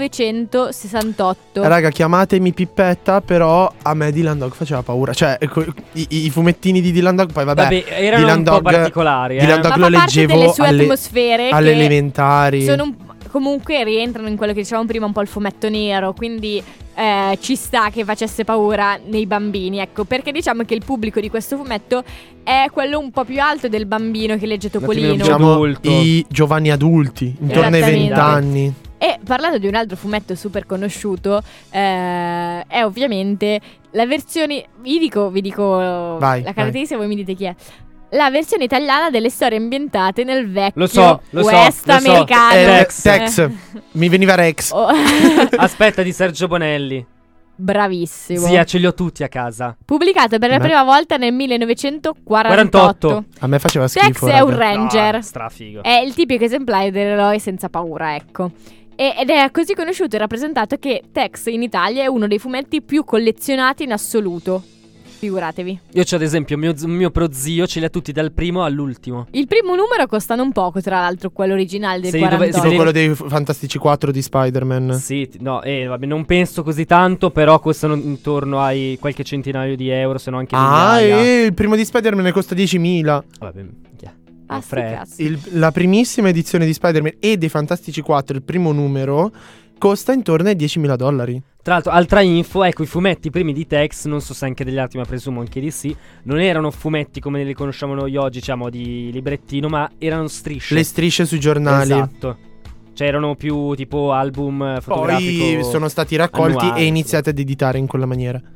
millenovecentosessantotto. Raga, chiamatemi Pippetta, però a me Dylan Dog faceva paura. Cioè, ecco, i, i fumettini di Dylan Dog, poi vabbè, Vabbè, erano Dylan un po' Dog- particolari, eh. Dylan Dog Ma lo fa parte leggevo delle sue alle, atmosfere alle che elementari. sono un- comunque rientrano in quello che dicevamo prima, un po' il fumetto nero, quindi eh, ci sta che facesse paura nei bambini, ecco, perché diciamo che il pubblico di questo fumetto è quello un po' più alto del bambino che legge Topolino. attimino Diciamo adulto. i giovani adulti, intorno ai Esattamente. vent'anni. E parlando di un altro fumetto super conosciuto, eh, è ovviamente la versione. Vi dico, vi dico Vai, la caratteristica, voi mi dite chi è. La versione italiana delle storie ambientate nel vecchio Lo so, lo so, West lo so. americano. Eh, Tex. Tex. Mi veniva Rex. Oh. Aspetta, di Sergio Bonelli. Bravissimo. Zia, ce li ho tutti a casa. Pubblicato per la Beh. prima volta nel millenovecentoquarantotto. quarantotto. A me faceva Tex schifo. è un raga. ranger. No, strafigo. È il tipico esemplare dell'eroe senza paura, ecco. E- Ed è così conosciuto e rappresentato che Tex in Italia è uno dei fumetti più collezionati in assoluto. Figuratevi. Io c'ho ad esempio mio, z- mio prozio, ce li ha tutti dal primo all'ultimo. Il primo numero costano un poco, tra l'altro, quello originale del Sì, dove- quarantotto. Tipo sì, quello dei Fantastici quattro di Spider-Man. Sì, ti- no, eh, vabbè, non penso così tanto, però costano intorno ai qualche centinaio di euro, se no anche Ah, migliaia. e il primo di Spider-Man ne costa diecimila. Vabbè, minchia. Ah, Non sti frega. cazzi. Il- la primissima edizione di Spider-Man e dei Fantastici quattro, il primo numero, costa intorno ai diecimila dollari. Tra l'altro, altra info, ecco, i fumetti primi di Tex, non so se anche degli altri, ma presumo anche di sì, non erano fumetti come li conosciamo noi oggi, diciamo, di librettino, ma erano strisce. Le strisce sui giornali. Esatto. Cioè erano più tipo album eh, fotografico. Poi sono stati raccolti annuale, e iniziati ad editare in quella maniera.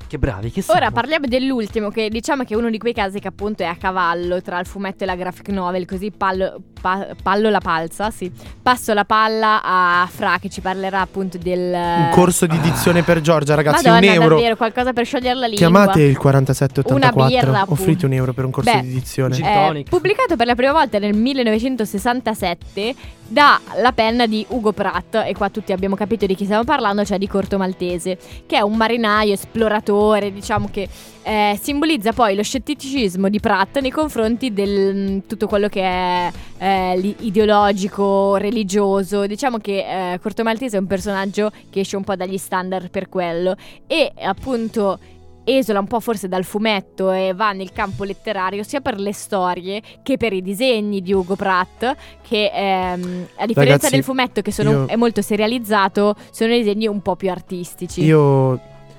Che bravi che siamo. Ora parliamo dell'ultimo, che diciamo che è uno di quei casi che appunto è a cavallo tra il fumetto e la graphic novel, così pallo, pa, pallo la palza, sì. Passo la palla a Fra che ci parlerà appunto del Un corso di dizione per Giorgia, ragazzi. Madonna, un euro. davvero, qualcosa per sciogliere la lingua. Chiamate il quarantasette ottantaquattro. Una birra, appunto. Offrite un euro per un corso Beh, di dizione. Gin Eh, tonic. pubblicato per la prima volta nel millenovecentosessantasette dalla penna di Ugo Pratt, e qua tutti abbiamo capito di chi stiamo parlando, cioè di Corto Maltese, che è un marinaio esploratore, diciamo che eh, simbolizza poi lo scetticismo di Pratt nei confronti del tutto quello che è eh, li- ideologico, religioso. Diciamo che eh, Corto Maltese è un personaggio che esce un po' dagli standard per quello, e appunto esula un po' forse dal fumetto e va nel campo letterario sia per le storie che per i disegni di Ugo Pratt, che ehm, a differenza Ragazzi, del fumetto che sono, io- è molto serializzato, sono disegni un po' più artistici. Io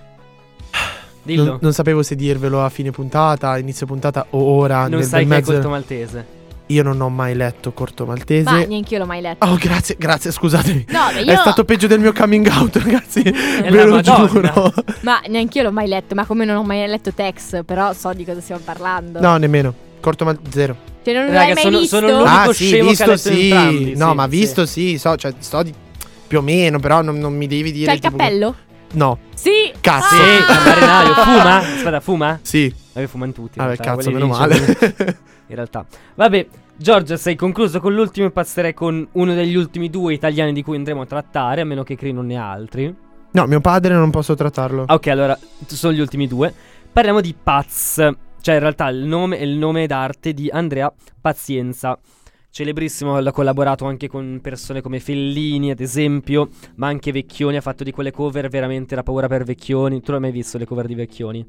Dillo. non, non sapevo se dirvelo a fine puntata, a inizio puntata o ora. Non nel sai bel che è mezzo. Corto Maltese. Io non ho mai letto Corto Maltese. Ma neanche io l'ho mai letto. Oh, grazie, grazie, scusatemi. No, ma io È stato peggio del mio coming out, ragazzi. la Ve lo Madonna. giuro. Ma neanche io l'ho mai letto, ma come non ho mai letto Tex, però so di cosa stiamo parlando. No, nemmeno. Corto Maltese zero. Cioè non Raga, l'hai mai sono- visto? sono l'unico- Ah, sì, scemo che ha visto letto sì. entrambi, No, sì, ma sì. visto sì, so, cioè sto di più o meno, però non, non mi devi dire C'è il tipo- cappello? No. Sì. Cazzo. Sì, Ah! il marinaio. Fuma? Aspetta, fuma? Sì. Vabbè, fumano tutti. in Vabbè, realtà, cazzo, quelli meno lì, cioè, male. in realtà. Vabbè, Giorgia, sei concluso con l'ultimo e passerei con uno degli ultimi due italiani di cui andremo a trattare, a meno che Cri non ne ha altri. No, mio padre non posso trattarlo. Ah, ok, allora, sono gli ultimi due. Parliamo di Paz. Cioè, in realtà, il nome è il nome d'arte di Andrea Pazienza. Celebrissimo, ha collaborato anche con persone come Fellini, ad esempio, ma anche Vecchioni. Ha fatto di quelle cover veramente la paura per Vecchioni. Tu l'hai mai visto le cover di Vecchioni?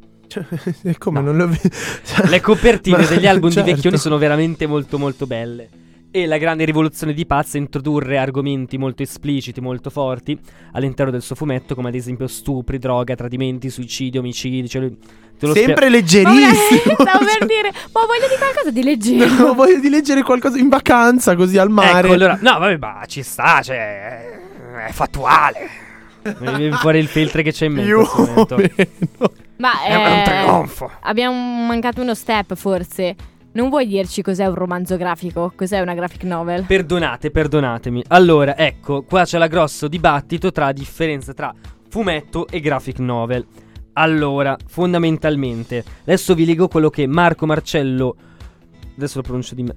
E come No. non l'ho visto? Le copertine Ma- degli album certo. di Vecchioni sono veramente molto molto belle. E la grande rivoluzione di Paz è introdurre argomenti molto espliciti, molto forti all'interno del suo fumetto, come ad esempio stupri, droga, tradimenti, suicidio, omicidi. Cioè lui- te lo Sempre Ma leggerissimo. stavo per dire, ma voglio di qualcosa di leggero. No, voglio di leggere qualcosa in vacanza, così al spiego. mare. Ecco, allora, no, vabbè, ma ci sta, cioè, è fattuale. Mi viene fuori il filtro che c'è in mente Più in questo o momento. meno. Ma È un eh, trionfo. abbiamo mancato uno step forse. Non vuoi dirci cos'è un romanzo grafico? Cos'è una graphic novel? Perdonate, perdonatemi. Allora, ecco, qua c'è la grosso dibattito tra differenza tra fumetto e graphic novel. Allora, fondamentalmente, adesso vi leggo quello che Marco Marcello, adesso lo pronuncio di me,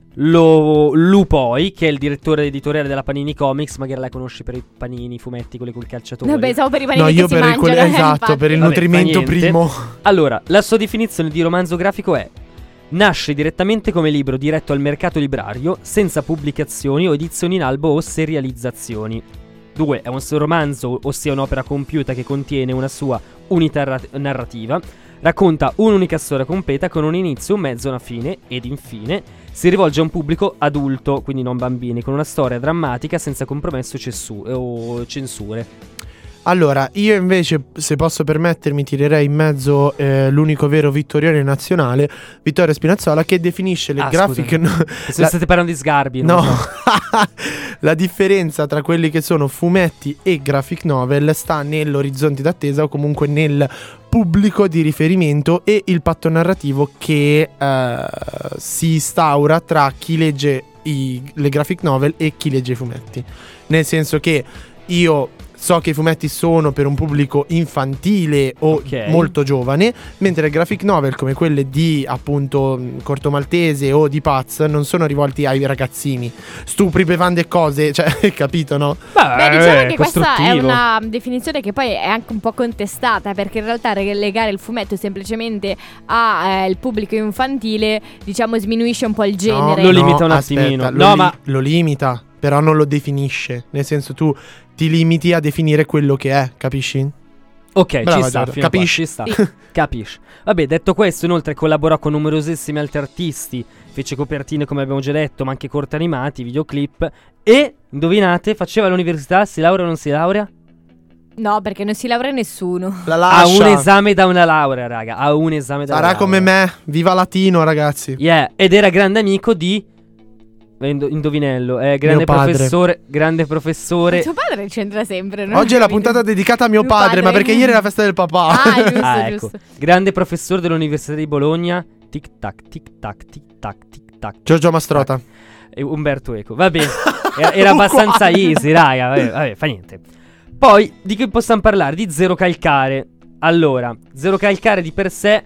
lo Lupoi, che è il direttore editoriale della Panini Comics, magari la conosci per i panini, i fumetti, quelli col calciatore. No, pensavo per i panini No, che io si per il, mangiano. quel- eh, esatto, infatti. per il Vabbè, nutrimento fa niente. primo. Allora, la sua definizione di romanzo grafico è: nasce direttamente come libro diretto al mercato librario, senza pubblicazioni o edizioni in albo o serializzazioni. due. È un romanzo, ossia un'opera compiuta che contiene una sua unità ra- narrativa. Racconta un'unica storia completa con un inizio, un mezzo e una fine, ed infine si rivolge a un pubblico adulto, quindi non bambini, con una storia drammatica senza compromesso cessu- o censure. Allora, io invece, se posso permettermi, tirerei in mezzo eh, l'unico vero vittorione nazionale, Vittorio Spinazzola, che definisce le Ah, graphic scusa. no- Se la- state parlando di Sgarbi, non No, so. la differenza tra quelli che sono fumetti e graphic novel sta nell'orizzonte d'attesa o comunque nel pubblico di riferimento e il patto narrativo che eh, si instaura tra chi legge i- le graphic novel e chi legge i fumetti. Nel senso che io so che i fumetti sono per un pubblico infantile o Ok. molto giovane, mentre le graphic novel come quelle di appunto Corto Maltese o di Paz non sono rivolti ai ragazzini. Stupri, bevande e cose, cioè, capito, no? Beh, diciamo che questa è costruttivo. una definizione che poi è anche un po' contestata, perché in realtà relegare il fumetto semplicemente al pubblico infantile, diciamo, sminuisce un po' il genere. Lo limita un attimino. Aspetta, No, lo, li- ma- lo limita, però non lo definisce. Nel senso, tu ti limiti a definire quello che è, capisci? Ok, Brava, ci sta, Giorgia. fino a qua, Capisci? ci sta. Capisci. Vabbè, detto questo, inoltre collaborò con numerosissimi altri artisti, fece copertine come abbiamo già detto, ma anche corti animati, videoclip e, indovinate, faceva l'università, si laurea o non si laurea? No, perché non si laurea nessuno. La Ha lascia. un esame da una laurea, raga, ha un esame da una Sarà laurea. come me, viva latino, ragazzi. Yeah, ed era grande amico di eh, indo- indovinello. È grande Mio padre. professore. Grande professore. Tuo padre c'entra sempre. non Oggi ho è la capito. puntata dedicata a mio, Mio padre, ma padre. perché ieri è la festa del papà. Ah, giusto, Ah, ecco. giusto. Grande professore dell'Università di Bologna. Tic tac, tic tac, tic tac, tic tac. Giorgio Mastrota. E Umberto Eco. Va bene. Era, era abbastanza easy, raga. Vabbè, vabbè, fa niente. Poi, di che possiamo parlare? Di Zero Calcare. Allora, Zero Calcare di per sé,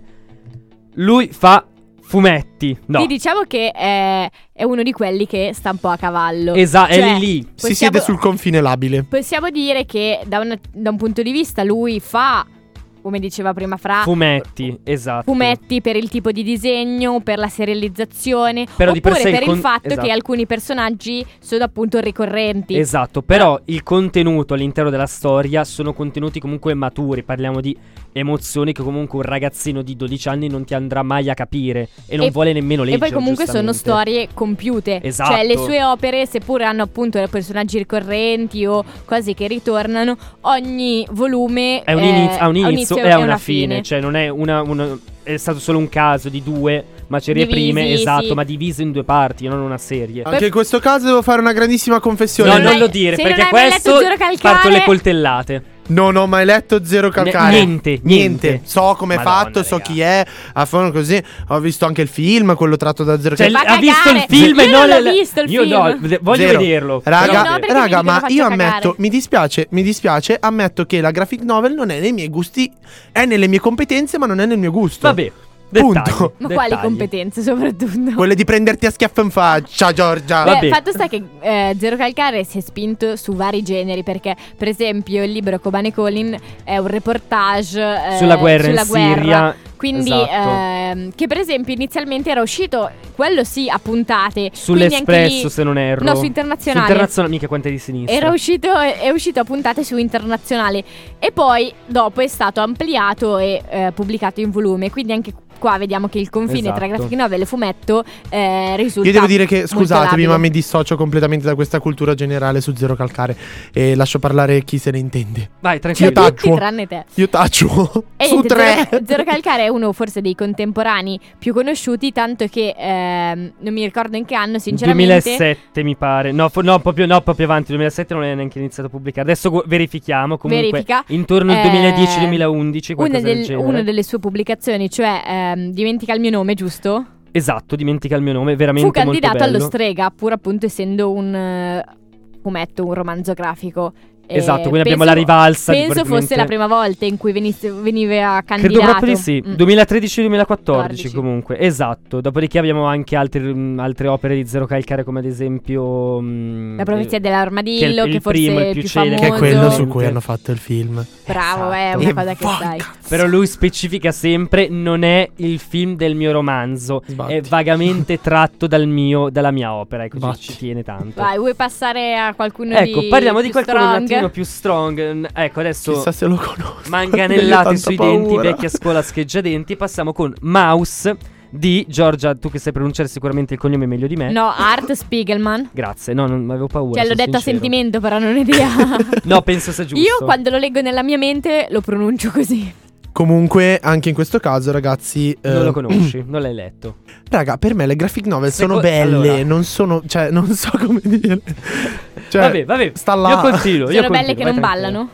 lui fa fumetti. No. Sì, diciamo che è, è uno di quelli che sta un po' a cavallo. Esatto, è Cioè, lì lì. Si possiamo- siede sul confine labile. Possiamo dire che da, una- da un punto di vista lui fa, come diceva prima Fra, Fumetti, esatto. fumetti per il tipo di disegno, per la serializzazione, Però di per oppure sé il per il con- fatto esatto. che alcuni personaggi sono appunto ricorrenti. Esatto, però il contenuto all'interno della storia sono contenuti comunque maturi. Parliamo di emozioni che comunque un ragazzino di dodici anni non ti andrà mai a capire e non E- vuole nemmeno E leggere. poi comunque sono giustamente. storie compiute. Esatto. Cioè le sue opere, seppur hanno appunto personaggi ricorrenti o cose che ritornano, ogni volume È un eh, inizio, ha un inizio e ha una fine. fine. Cioè non è una, una- è stato solo un caso di due macerie Divisi, prime, esatto, sì. ma diviso in due parti, non una serie. Anche in questo caso devo fare una grandissima confessione. No, non non hai- lo dire, se perché non hai mai questo letto Zero Calcare- parto le coltellate. Non ho mai letto Zero Calcare. niente, niente. So come è Madonna, fatto, so raga. chi è. A fondo così. Ho visto anche il film, quello tratto da Zero Cioè, Calcare. fa ha visto il cagare. film e Io non non l'ho le- visto il Io film. no, v- voglio Zero. vederlo. Raga, Io no, perché raga, vedi che ma lo faccio io cagare. ammetto, mi dispiace, mi dispiace, ammetto che la graphic novel non è nei miei gusti, è nelle mie competenze, ma non è nel mio gusto. Vabbè, Punto. dettagli, Ma quali dettagli. competenze soprattutto? Quelle di prenderti a schiaffo in faccia, Giorgia. Beh, Vabbè. fatto sta che eh, Zero Calcare si è spinto su vari generi, perché per esempio il libro Kobane Colin è un reportage eh, Sulla guerra in sulla guerra. Siria. Quindi Esatto. ehm, che per esempio inizialmente era uscito, quello sì, a puntate. Quindi Sull'Espresso, anche lì- se non erro. No, su Internazionale. Su Internazionale, mica quante di sinistra. Era uscito, è uscito a puntate su Internazionale e poi dopo è stato ampliato e eh, pubblicato in volume. Quindi anche qua vediamo che il confine Esatto. tra graphic novel e fumetto eh, risulta. Io devo dire che, molto scusatemi, labido. ma mi dissocio completamente da questa cultura generale su Zero Calcare e lascio parlare chi se ne intende. Vai, Cioè, tranquillo. Io taglio. tutti tranne te. Io taccio E su niente, tre. Zero, Zero Calcare è uno forse dei contemporanei più conosciuti, tanto che ehm, non mi ricordo in che anno, sinceramente. duemilasette mi pare. No, fo- no, proprio, no, proprio avanti. duemilasette non è neanche iniziato a pubblicare. Adesso gu- verifichiamo. Comunque, Verifica. intorno al Eh, duemiladieci duemilaundici. Una, Qualcosa del- del genere. una delle sue pubblicazioni, cioè ehm, Dimentica il mio nome, giusto? Esatto, dimentica il mio nome. Veramente Fu candidato molto bello. allo Strega, pur appunto essendo un eh, fumetto, un romanzo grafico. E Esatto, quindi penso- abbiamo la rivalsa di Penso praticamente- fosse la prima volta in cui venisse, veniva candidato. Credo proprio di sì. Mm. duemilatredici duemilaquattordici quattordici. comunque. Esatto. Dopodiché abbiamo anche altri, mh, altre opere di Zero Calcare, come ad esempio mh, La profezia eh, dell'armadillo, che è il- che, il forse primo, il è più più celebre. Che è famoso. quello su Esatto. cui hanno fatto il film. Bravo, è Esatto. una E cosa che va, sai. cazzo. Però lui specifica sempre: non è il film del mio romanzo, Sbatti. è vagamente tratto dal mio, dalla mia opera. Ecco, ci, Sbatti. ci tiene tanto. Vai, vuoi passare a qualcuno Ecco, di parliamo di più qualcuno un strong? attimo più strong. Ecco, adesso Chissà se lo conosco. manganellate Io ho sui tanta denti, paura. vecchia scuola scheggiadenti. Passiamo con Mouse di Giorgia. Tu che sai pronunciare sicuramente il cognome meglio di me. No, Art Spiegelman. Grazie, no, non avevo paura. Cioè, l'ho sono detto a sincero. sentimento, però non ho idea. No, penso sia giusto. Io quando lo leggo nella mia mente lo pronuncio così. Comunque, anche in questo caso, ragazzi. Non eh, lo conosci, non l'hai letto. Raga, per me le graphic novel Seco- sono belle, allora. non sono. Cioè, non so come dire. Cioè, vabbè, vabbè. sta là. Io continuo. io Sono belle continuo, che vai non tranquillo. ballano.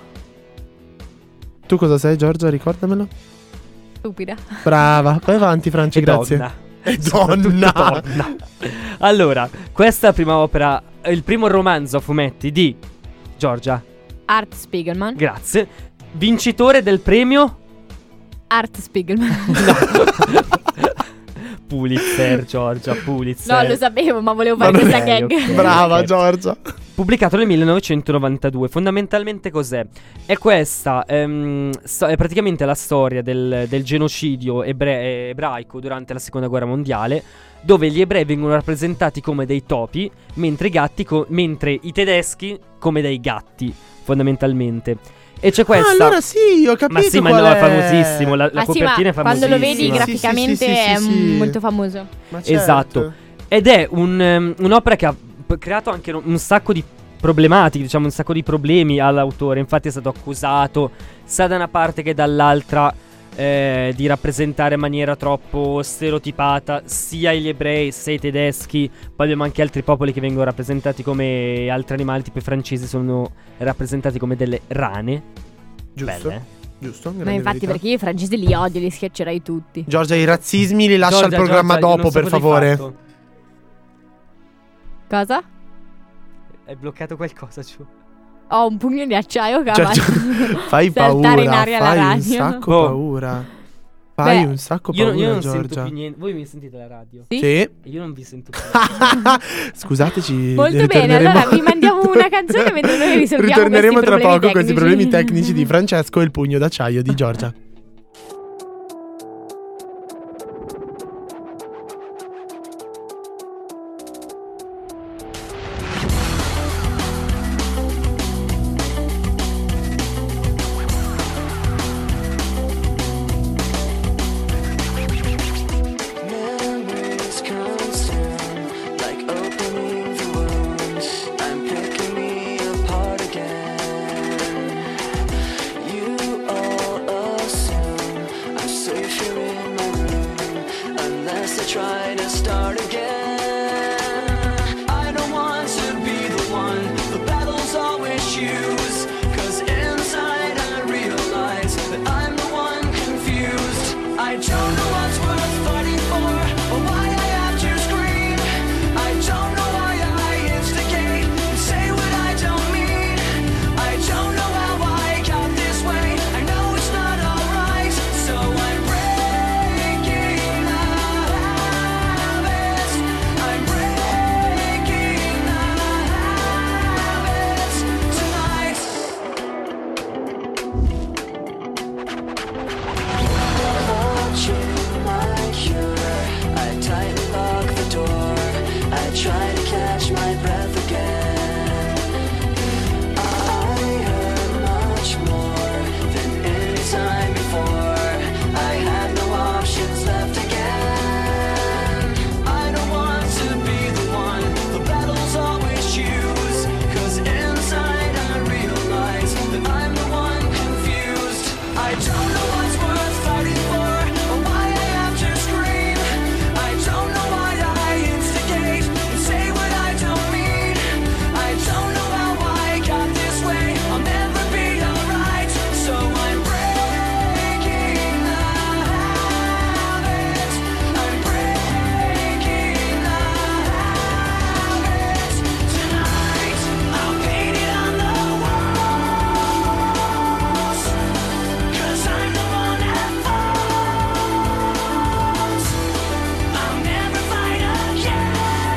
Tu cosa sei, Giorgia? Ricordamelo. Stupida. Brava. Vai avanti, Franci, E grazie. donna. E Soprattutto donna. donna. Allora, questa è la prima opera, è il primo romanzo a fumetti di Giorgia. Art Spiegelman. Grazie. Vincitore del premio Art Spiegelman. Pulitzer, Giorgia, Pulitzer. No, lo sapevo, ma volevo Ma fare non- questa Ok, gag. ok. Brava, Giorgia. Pubblicato nel millenovecentonovantadue. Fondamentalmente cos'è? È questa, ehm, sto- è praticamente la storia del, del genocidio ebre- ebraico durante la seconda guerra mondiale, dove gli ebrei vengono rappresentati come dei topi, mentre i, gatti co- mentre i tedeschi come dei gatti, fondamentalmente. E c'è questa... Ah, allora sì, ho capito. ma sì, ma qual no, è è famosissimo. La, la Ah sì, copertina ma è famosissima. quando lo vedi Sì, sì, graficamente sì, sì, sì, è sì, mm, sì. molto famoso. Ma certo. Esatto. Ed è un, um, un'opera che ha p- creato anche un, un sacco di problematiche, diciamo un sacco di problemi all'autore. Infatti è stato accusato sia da una parte che dall'altra eh, di rappresentare in maniera troppo stereotipata sia gli ebrei sia i tedeschi. Poi abbiamo anche altri popoli che vengono rappresentati come altri animali, tipo i francesi sono rappresentati come delle rane. Giusto. Belle. Giusto. Ma infatti verità. perché io i francesi li odio, li schiaccerei tutti. Giorgia, i razzismi li lascia Giorgia, al programma Giorgia, io dopo, non so per cosa hai favore. fatto. Cosa? Hai bloccato qualcosa, Giù? Ho un pugno di acciaio che Cioè, va fai saltare paura, in aria la fai un radio. sacco Boh. paura. Fai Beh, un sacco Io, paura, io non Giorgia. sento più niente. Voi mi sentite la radio? Sì? Sì. E io non vi sento più. Scusateci. Molto bene, ritorneremo- allora vi mandiamo una canzone mentre noi risolviamo Ritorneremo questi tra problemi poco con questi tecnici. problemi tecnici di Francesco e il pugno d'acciaio di Giorgia. Memories consume, like opening the wounds. I'm picking me apart again. You all assume I'm safe here in my room, unless I try to start again. I don't want to be the one the battles always choose, 'cause inside I realize that I'm the one confused. I don't know what's worth fighting for, or why I have to scream. I don't know why I instigate and say what I don't mean. I don't know how I got this way, I know it's not alright. So I'm breaking the habits, I'm breaking the habits tonight. Watching my cure, I tightly lock the door. I try to catch my breath again. I hurt much more than any time before. I had no options left again. I don't want to be the one the battles always choose, 'cause inside I realize that I'm the one confused. I don't know what's worth fighting for, or why I have to scream. I don't know why I instigate and say what I don't mean. I don't know how I got this way, I'll never be alright. So I'm breaking the habits, I'm breaking the habits tonight. I'll paint it on the walls, 'cause I'm the one at fault. I'll never fight again,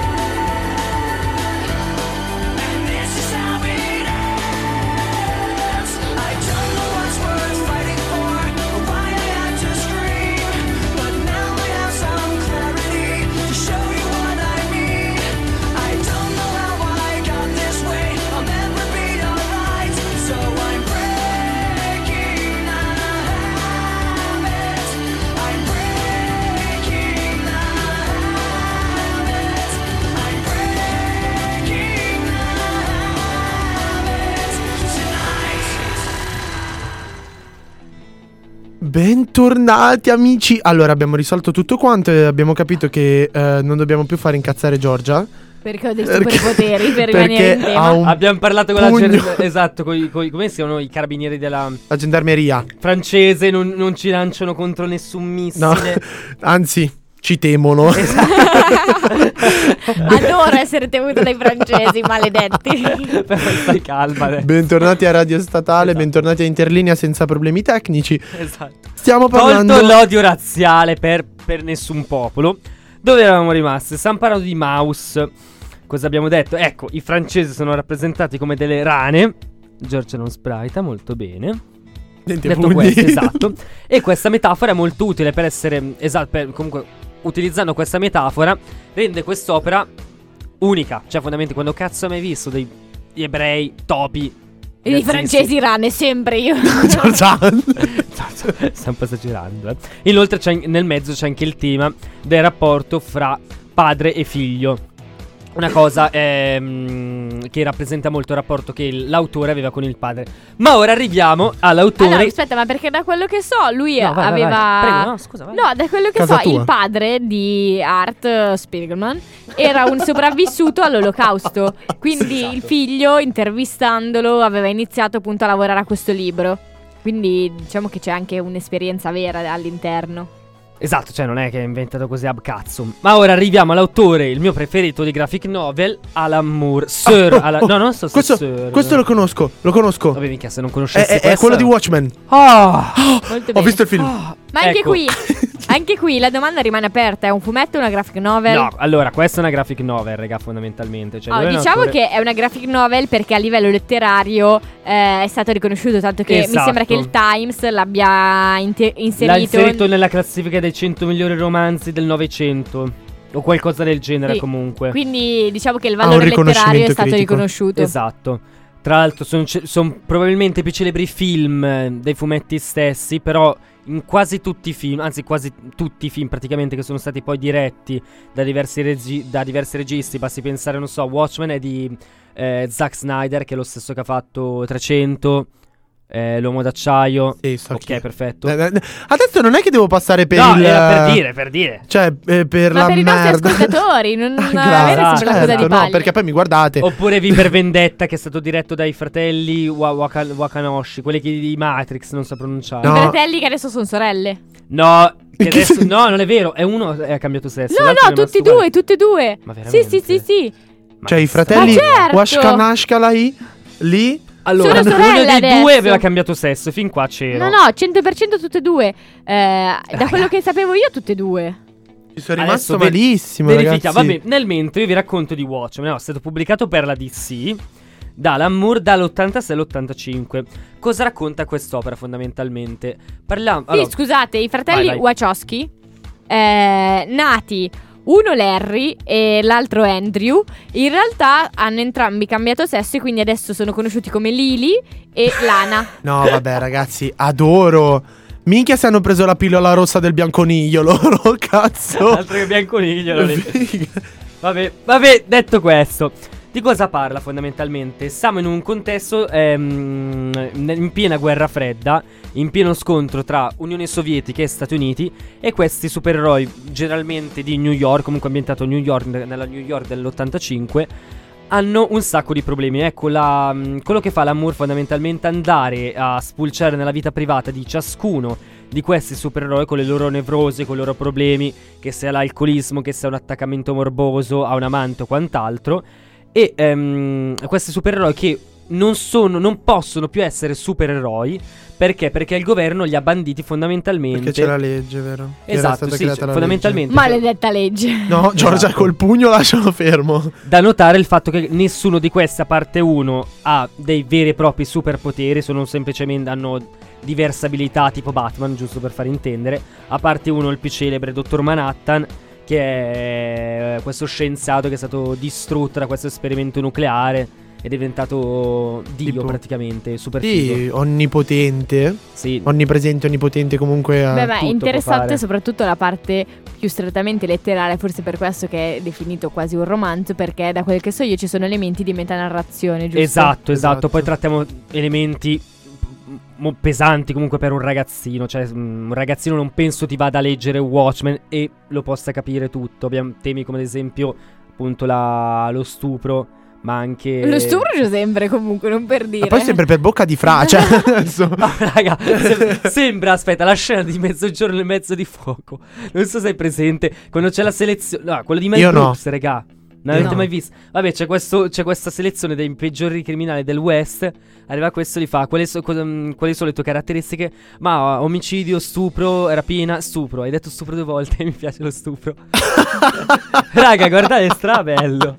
and this is how it ends. I don't know what's worth fighting for, or why I had to scream, but now I have some clarity to show you what I mean. I don't know how I got this way, I'll never be alright. So I'm breaking the habits, I'm breaking the habits, I'm breaking the habits tonight. Bentornati amici. Allora, abbiamo risolto tutto quanto e abbiamo capito che eh, non dobbiamo più fare incazzare Giorgia. Perché ho dei Perché- superpoteri per perché rimanere in tema. ha un- Abbiamo parlato con la pugno. ger- esatto, coi, coi- come si chiamano i carabinieri della La gendarmeria. francese, non, non ci lanciano contro nessun missile. No, anzi, ci temono. Adoro essere temuto dai francesi, maledetti. Però stai calma, dai. Bentornati a Radio Statale, Esatto. bentornati a Interlinea senza problemi tecnici. Esatto. Stiamo parlando Tolto l'odio razziale per, per nessun popolo. Dove eravamo rimasti? Stiamo parlando di mouse. Cosa abbiamo detto? Ecco, i francesi sono rappresentati come delle rane. Giorgia non sprita, molto bene. Niente Detto pugni. questo, esatto. E questa metafora è molto utile per essere esatto, per, comunque utilizzando questa metafora rende quest'opera unica. Cioè fondamentalmente quando cazzo hai mai visto dei gli ebrei topi E i francesi rane, sempre io. Giorgia. Sta un po' esagerando, eh. Inoltre c'è, nel mezzo c'è anche il tema del rapporto fra padre e figlio. una cosa ehm, che rappresenta molto il rapporto che il- l'autore aveva con il padre. Ma ora arriviamo all'autore. Allora, aspetta, ma perché da quello che so, lui No, vai, vai, aveva. vai. Prego, no, scusa, vai. No, da quello che Casa so, tua. il padre di Art eh, Spiegelman era un sopravvissuto all'Olocausto. Quindi Esatto. il figlio, intervistandolo, aveva iniziato appunto a lavorare a questo libro. Quindi diciamo che c'è anche un'esperienza vera all'interno. Esatto, cioè non è che è inventato così ab cazzo. Ma ora arriviamo all'autore, il mio preferito di graphic novel, Alan Moore. Sir Ah, oh, Alan- oh, No, non so se Questo, Sir. questo lo conosco, lo conosco. Vabbè, minchia, se non È, conoscessi è- è questa- quello di Watchmen. Ah! Molto Ho bene. visto il film. Ah! Ma anche Ecco. qui, anche qui la domanda rimane aperta: è un fumetto o una graphic novel? No, allora, questa è una graphic novel, raga, fondamentalmente. Cioè, Oh, lui è un diciamo autore- che è una graphic novel perché a livello letterario eh, è stato riconosciuto, tanto che mi Esatto. sembra che il Times l'abbia inte- l'ha inserito, inserito nella classifica dei cento migliori romanzi del Novecento. O qualcosa del genere, Sì. comunque. quindi diciamo che il Ha un valore letterario è riconoscimento stato critico. riconosciuto. Esatto. Tra l'altro sono probabilmente i più celebri film eh, dei fumetti stessi, però in quasi tutti i film, anzi quasi tutti i film praticamente che sono stati poi diretti da diversi, regi- da diversi registi, basti pensare, non so, Watchmen è di eh, Zack Snyder, che è lo stesso che ha fatto trecento, eh, L'Uomo d'Acciaio. Sì, so chi Ok, è. perfetto. Eh, eh, Adesso non è che devo passare per No, il era per dire, per dire. Cioè, eh, per Ma la per i nostri merda. ascoltatori, non Ah, avere grazie, sempre la coda certo, di no, paglia. perché poi mi guardate. Oppure V per Vendetta, che è stato diretto dai fratelli Wa- Waka- Wakanoshi, quelli che di Matrix, non so pronunciare. I No. fratelli che adesso sono sorelle. No, che adesso, no, non è vero. È uno è cambiato sesso. No, l'altro no, è rimasto tutti e uguale. due, tutti e due. Ma Sì, veramente? sì, sì, sì. Ma Cioè, che i fratelli Ma certo! Washkanashkalai lì. Allora, Sono uno sorelle dei adesso. due aveva cambiato sesso. Fin qua c'era. No, no, cento per cento tutte e due. Eh, da Raga. quello che sapevo io, tutte e due. Ci sono Adesso rimasto ver- malissimo, Verifichiamo. ragazzi. Vabbè, nel mentre io vi racconto di Watchmen. No, è stato pubblicato per la D C da Alan Moore dall'ottantasei all'ottantacinque. Cosa racconta quest'opera fondamentalmente? Parliamo. Sì, allora, scusate, i fratelli vai, vai. Wachowski, eh, nati uno Larry e l'altro Andrew, in realtà hanno entrambi cambiato sesso e quindi adesso sono conosciuti come Lily e Lana. No, vabbè, ragazzi, adoro. Minchia, se hanno preso la pillola rossa del bianconiglio loro, cazzo. altro che bianconiglio. lì. Figa. Vabbè, vabbè, detto questo, di cosa parla fondamentalmente? Siamo in un contesto ehm, in piena guerra fredda, in pieno scontro tra Unione Sovietica e Stati Uniti, e questi supereroi, generalmente di New York, comunque ambientato a New York, nella New York dell'ottantacinque, hanno un sacco di problemi. Ecco, la, mh, quello che fa la Moore fondamentalmente è andare a spulciare nella vita privata di ciascuno di questi supereroi, con le loro nevrosi, con i loro problemi, che sia l'alcolismo, che sia un attaccamento morboso a un amante o quant'altro. E ehm, questi supereroi che non sono, non possono più essere supereroi. Perché? Perché il governo li ha banditi fondamentalmente. Perché c'è la legge, vero? Che era Esatto, stata sì, creata cioè, la fondamentalmente. Maledetta legge. legge. No, Giorgia, Esatto. col pugno lascialo fermo. Da notare il fatto che nessuno di questi, a parte uno, ha dei veri e propri superpoteri. Sono semplicemente, hanno diverse abilità, tipo Batman, giusto per far intendere. A parte uno, il più celebre, Dottor Manhattan, che è questo scienziato che è stato distrutto da questo esperimento nucleare. È diventato Dio, Tipo- praticamente, super figo. Sì, onnipotente. Sì. Onnipresente, onnipotente, comunque. a- Beh, ma è tutto interessante può fare. soprattutto la parte più strettamente letteraria, forse per questo che è definito quasi un romanzo, perché da quel che so io ci sono elementi di metanarrazione, giusto? Esatto, esatto, Esatto. Poi trattiamo elementi mo- pesanti comunque per un ragazzino. Cioè, mm, un ragazzino non penso ti vada a leggere Watchmen e lo possa capire tutto. Abbiamo temi come ad esempio appunto la- lo stupro, ma anche Lo stupro c'è sempre comunque, non per dire. Ma poi sempre per bocca di fra. Cioè, adesso. Ah, raga, sem- sembra, aspetta, la scena di Mezzogiorno e Mezzo di Fuoco. Non so se hai presente quando c'è la selezione. No, quello di Mel Io no. Brooks, raga. Non avete No. mai visto? Vabbè, c'è, questo, c'è questa selezione dei peggiori criminali del West. Arriva questo e li fa: quali, so- co- mm, quali sono le tue caratteristiche? Ma uh, omicidio, stupro, rapina, stupro. Hai detto stupro due volte e mi piace lo stupro. Raga, guardate, è strabello.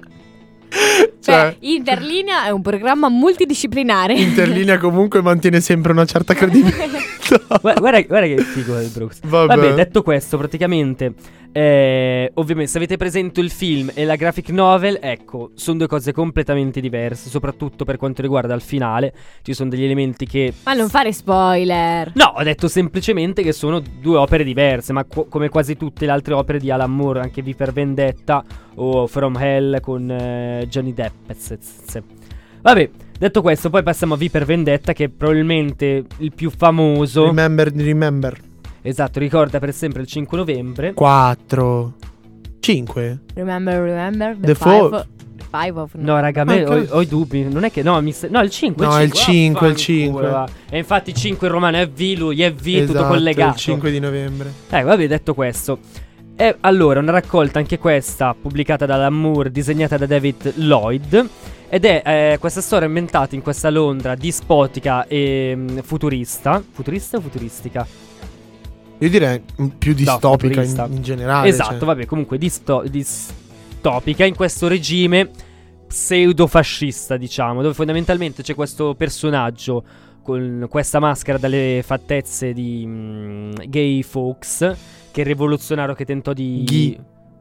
Cioè, Beh, Interlinea è un programma multidisciplinare. Interlinea comunque mantiene sempre una certa credibilità. Guarda, guarda, guarda che figo del Brooks. Vabbè. Vabbè, detto questo, praticamente Eh, ovviamente se avete presente il film e la graphic novel, ecco, sono due cose completamente diverse, soprattutto per quanto riguarda il finale. Ci sono degli elementi che... Ma non fare spoiler. No, ho detto semplicemente che sono due opere diverse, ma qu- come quasi tutte le altre opere di Alan Moore, anche V per Vendetta o From Hell con eh, Johnny Depp. Vabbè, detto questo, poi passiamo a V per Vendetta, che è probabilmente il più famoso. Remember, remember. Esatto, ricorda per sempre il cinque novembre. quattro cinque Remember, remember The, The five, four. of, five of No, raga, a me Ah, ho, cazzo. ho i dubbi. Non è che. No, mi se- no il cinque. No, il il cinque, il cinque. cinque. Va. E infatti il cinque in romano è V, lui è V, Esatto, tutto collegato. il cinque di novembre. Eh, vabbè, detto questo. E allora, una raccolta anche questa, pubblicata da Alan Moore, disegnata da David Lloyd. Ed è eh, questa storia ambientata in questa Londra dispotica e mh, futurista. Futurista o futuristica? Io direi mm, più distopica in, futurista. in generale. Esatto, cioè. vabbè, comunque disto- distopica in questo regime pseudo-fascista, diciamo, dove fondamentalmente c'è questo personaggio con questa maschera dalle fattezze di mm, Guy Fawkes, che è il rivoluzionario che tentò di... Guy.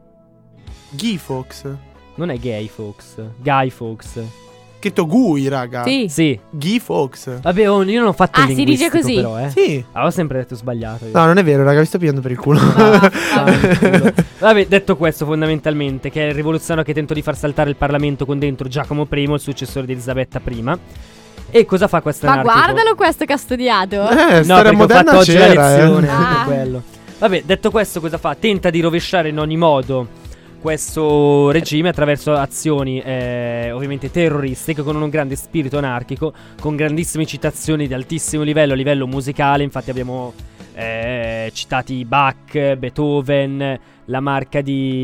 Guy Fawkes. Non è Guy Fawkes, Guy Fawkes. Che Togui, raga. Sì. Sì. Guy Fawkes. Vabbè, oh, io non ho fatto Ah, il si dice linguistico così? però, eh. Sì. Avevo sempre detto sbagliato io. No, non è vero, raga, vi sto pigliando per il culo. Ah, Fanculo. Vabbè, detto questo, fondamentalmente, che è il rivoluzionario che tentò di far saltare il Parlamento con dentro Giacomo I, il successore di Elisabetta I. E cosa fa questo Ma anarchico? guardalo questo che ha studiato. Eh, No, storia perché ho moderna fatto oggi la c'era, lezione, eh. Ah. per quello. Vabbè, detto questo, cosa fa? Tenta di rovesciare in ogni modo questo regime attraverso azioni eh, ovviamente terroristiche, con un grande spirito anarchico, con grandissime citazioni di altissimo livello a livello musicale. Infatti abbiamo eh, citati Bach, Beethoven, la marca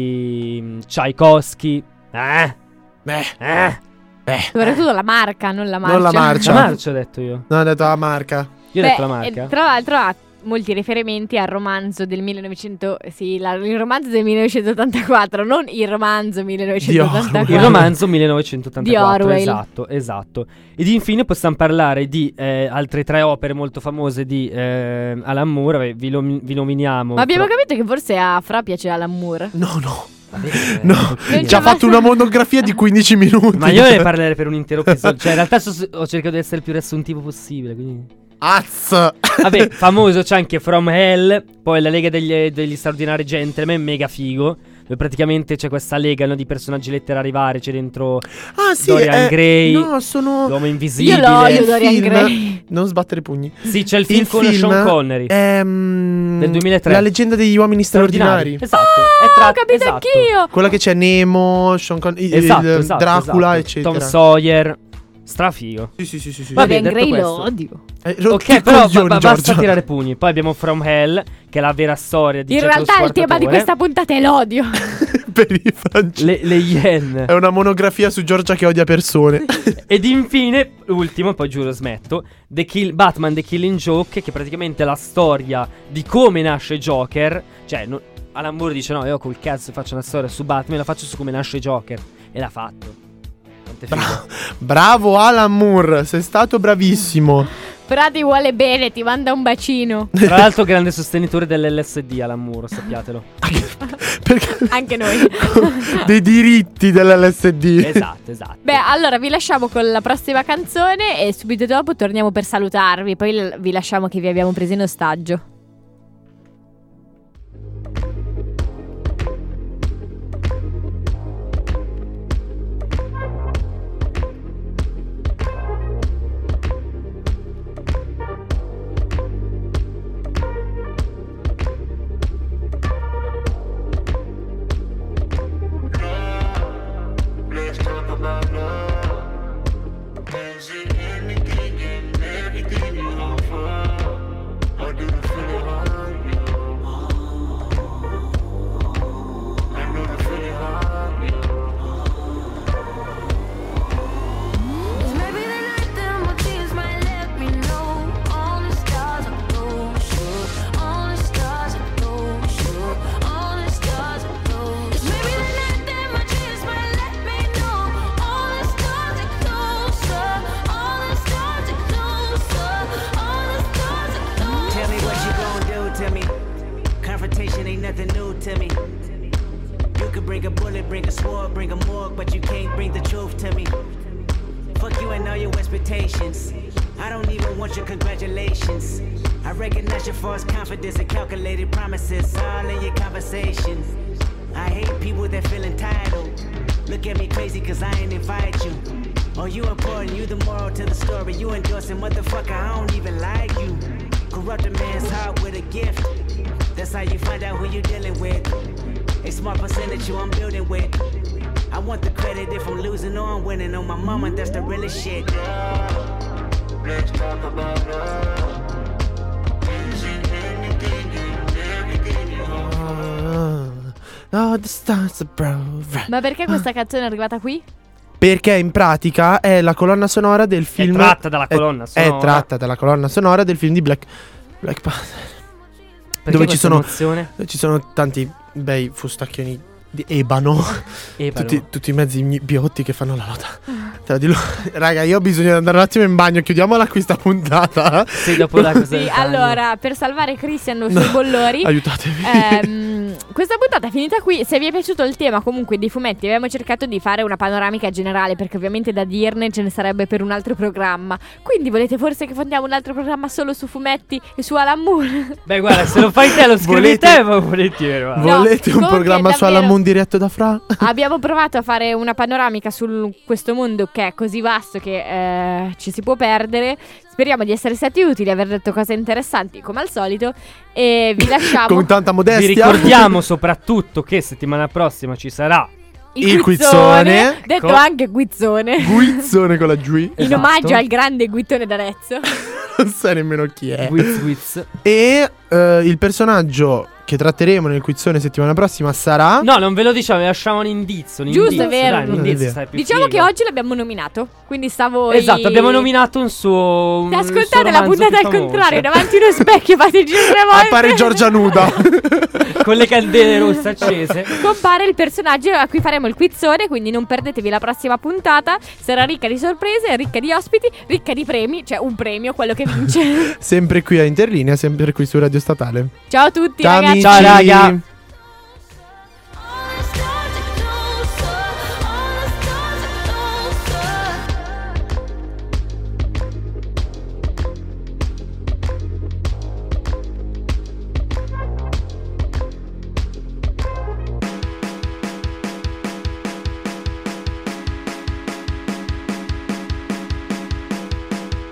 di mm, Tchaikovsky. Eh? Beh, Eh? beh. Soprattutto la marca, non la marcia. Non la marcia. La marcia ho detto io. No, ho detto la marca. Io ho Beh, detto la marca. eh, tra l'altro ha molti riferimenti al romanzo del millenovecento. Sì, la- il romanzo del millenovecentottantaquattro, non il romanzo millenovecentottantaquattro. Il romanzo millenovecentottantaquattro, Di Orwell. esatto, esatto. Ed infine possiamo parlare di eh, altre tre opere molto famose di eh, Alan Moore. Vabbè, vi, lo- vi nominiamo. Ma abbiamo però- capito che forse a Fra piace Alan Moore. No, no. Vabbè, No, Non ci ha c'è fatto mai- una monografia di quindici minuti. Ma io ne parlerei per un intero episodio. Cioè, in realtà so- ho cercato di essere il più riassuntivo possibile. Quindi... Az. Vabbè, famoso c'è anche From Hell. Poi la Lega degli, degli Straordinari Gentleman, mega figo. Dove praticamente c'è questa lega, no, di personaggi letterari vari. C'è dentro Ah, sì. Dorian eh, Gray, No, sono. l'uomo Io invisibile. lo odio Il Dorian film- Gray. Non sbattere i pugni. Sì, c'è il film Il con film Sean Connery. Ehm, Del duemilatré. La leggenda degli uomini straordinari. Esatto. Ah, è tra- ho capito esatto. anch'io. Quella che c'è Nemo, Sean Con- il- Esatto, il- esatto, Dracula, esatto. eccetera. Tom Sawyer. Strafigo. Sì, sì, sì, sì, sì. Vabbè, Dorian detto Gray lo questo. odio. Eh, ro- Ok, che però ba- coglioni, ba- basta Giorgia. tirare pugni. Poi abbiamo From Hell, che è la vera storia di In Jack lo realtà il tema di Squartatore. questa puntata è l'odio. Per i francesi. Le, le Yen. È una monografia su Giorgia che odia persone. Ed infine, ultimo, poi giuro smetto, The Kill- Batman The Killing Joke, che praticamente è la storia di come nasce Joker. Cioè, no, Alan Moore dice no, io col cazzo faccio una storia su Batman, la faccio su come nasce Joker. E l'ha fatto. Quanto è figo. Bravo Alan Moore, sei stato bravissimo. Però ti vuole bene, ti manda un bacino. Tra l'altro grande sostenitore dell'L S D Alan Moore, sappiatelo. Perché Anche noi. dei diritti dell'L S D. Esatto, esatto. Beh, allora vi lasciamo con la prossima canzone e subito dopo torniamo per salutarvi. Poi l- vi lasciamo che vi abbiamo preso in ostaggio. Let's talk about love. Is it anything and everything you offer? Or do the feeling hurt you? I know the feeling hurt you. Maybe the night that my tears might let me know all the stars are close, all the stars are close, all the stars are close. Maybe the night that my tears might let me know all the stars are closer, all bring a bullet, bring a sword, bring a morgue, but you can't bring the truth to me. Fuck you and all your expectations. I don't even want your congratulations. I recognize your false confidence and calculated promises all in your conversation. I hate people that feel entitled. Look at me crazy cause I ain't invite you. Oh, you important, you the moral to the story. You endorsing, motherfucker, I don't even like you. Corrupt a man's heart with a gift. That's how you find out who you dealing with. A small percentage you I'm building with. I want the credit if I'm losing or I'm winning. On my mama, that's the realest shit. Let's talk about love. Is it anything and everything you offer? Oh, the stars are broken. Ma perché questa canzone è arrivata qui? Perché in pratica è la colonna sonora del film. È tratta dalla è- colonna È, sonora. tratta dalla colonna sonora del film di Black, Black Panther. Perché dove ci questa sono, emozione? ci sono tanti bei fustacchioni di ebano. Ebano. Tutti, tutti i mezzi gni- biotti che fanno la lotta. Te lo dico. Raga, io ho bisogno di andare un attimo in bagno. Chiudiamola questa puntata. Sì, dopo la cosa Sì, del bagno. allora, per salvare Christian sui bollori, Aiutatemi. ehm, questa puntata è finita qui. Se vi è piaciuto il tema comunque dei fumetti, abbiamo cercato di fare una panoramica generale, perché ovviamente da dirne ce ne sarebbe per un altro programma. Quindi volete forse che fondiamo un altro programma solo su fumetti e su Alan Moore? Beh, guarda, se lo fai te lo scrivi Volete- te, ma volentieri. va. No, Volete un comunque, programma su davvero- Alan Moon diretto da Fra? Abbiamo provato a fare una panoramica su questo mondo che è così vasto che eh, ci si può perdere. Speriamo di essere stati utili, aver detto cose interessanti come al solito. E vi lasciamo Con tanta Vi modestia. ricordiamo soprattutto che settimana prossima ci sarà il quizzone. detto Co- anche Guizzone, Guizzone con la G. in Esatto. omaggio al grande Guittone d'Arezzo. Non sai nemmeno chi è. Wiz Wiz. E eh, il personaggio che tratteremo nel quizzone settimana prossima sarà. No, non ve lo diciamo, vi lasciamo un indizio. Un Giusto, indizio, è vero. dai, un Non è indizio, vero. stai più Diciamo figo. che oggi l'abbiamo nominato, quindi sta a voi. Esatto, abbiamo nominato un suo. un Se suo ascoltate la romanzo puntata più al famoso. contrario, davanti a uno specchio fate il giro tre volte. Appare Giorgia nuda. Con le candele rosse accese. Compare il personaggio a cui faremo il quizzone, quindi non perdetevi la prossima puntata. Sarà ricca di sorprese, ricca di ospiti, ricca di premi, cioè un premio, quello che vince. Sempre qui a Interlinea, sempre qui su Radio Statale. Ciao a tutti, Ciao ragazzi. amici. Ciao, raga.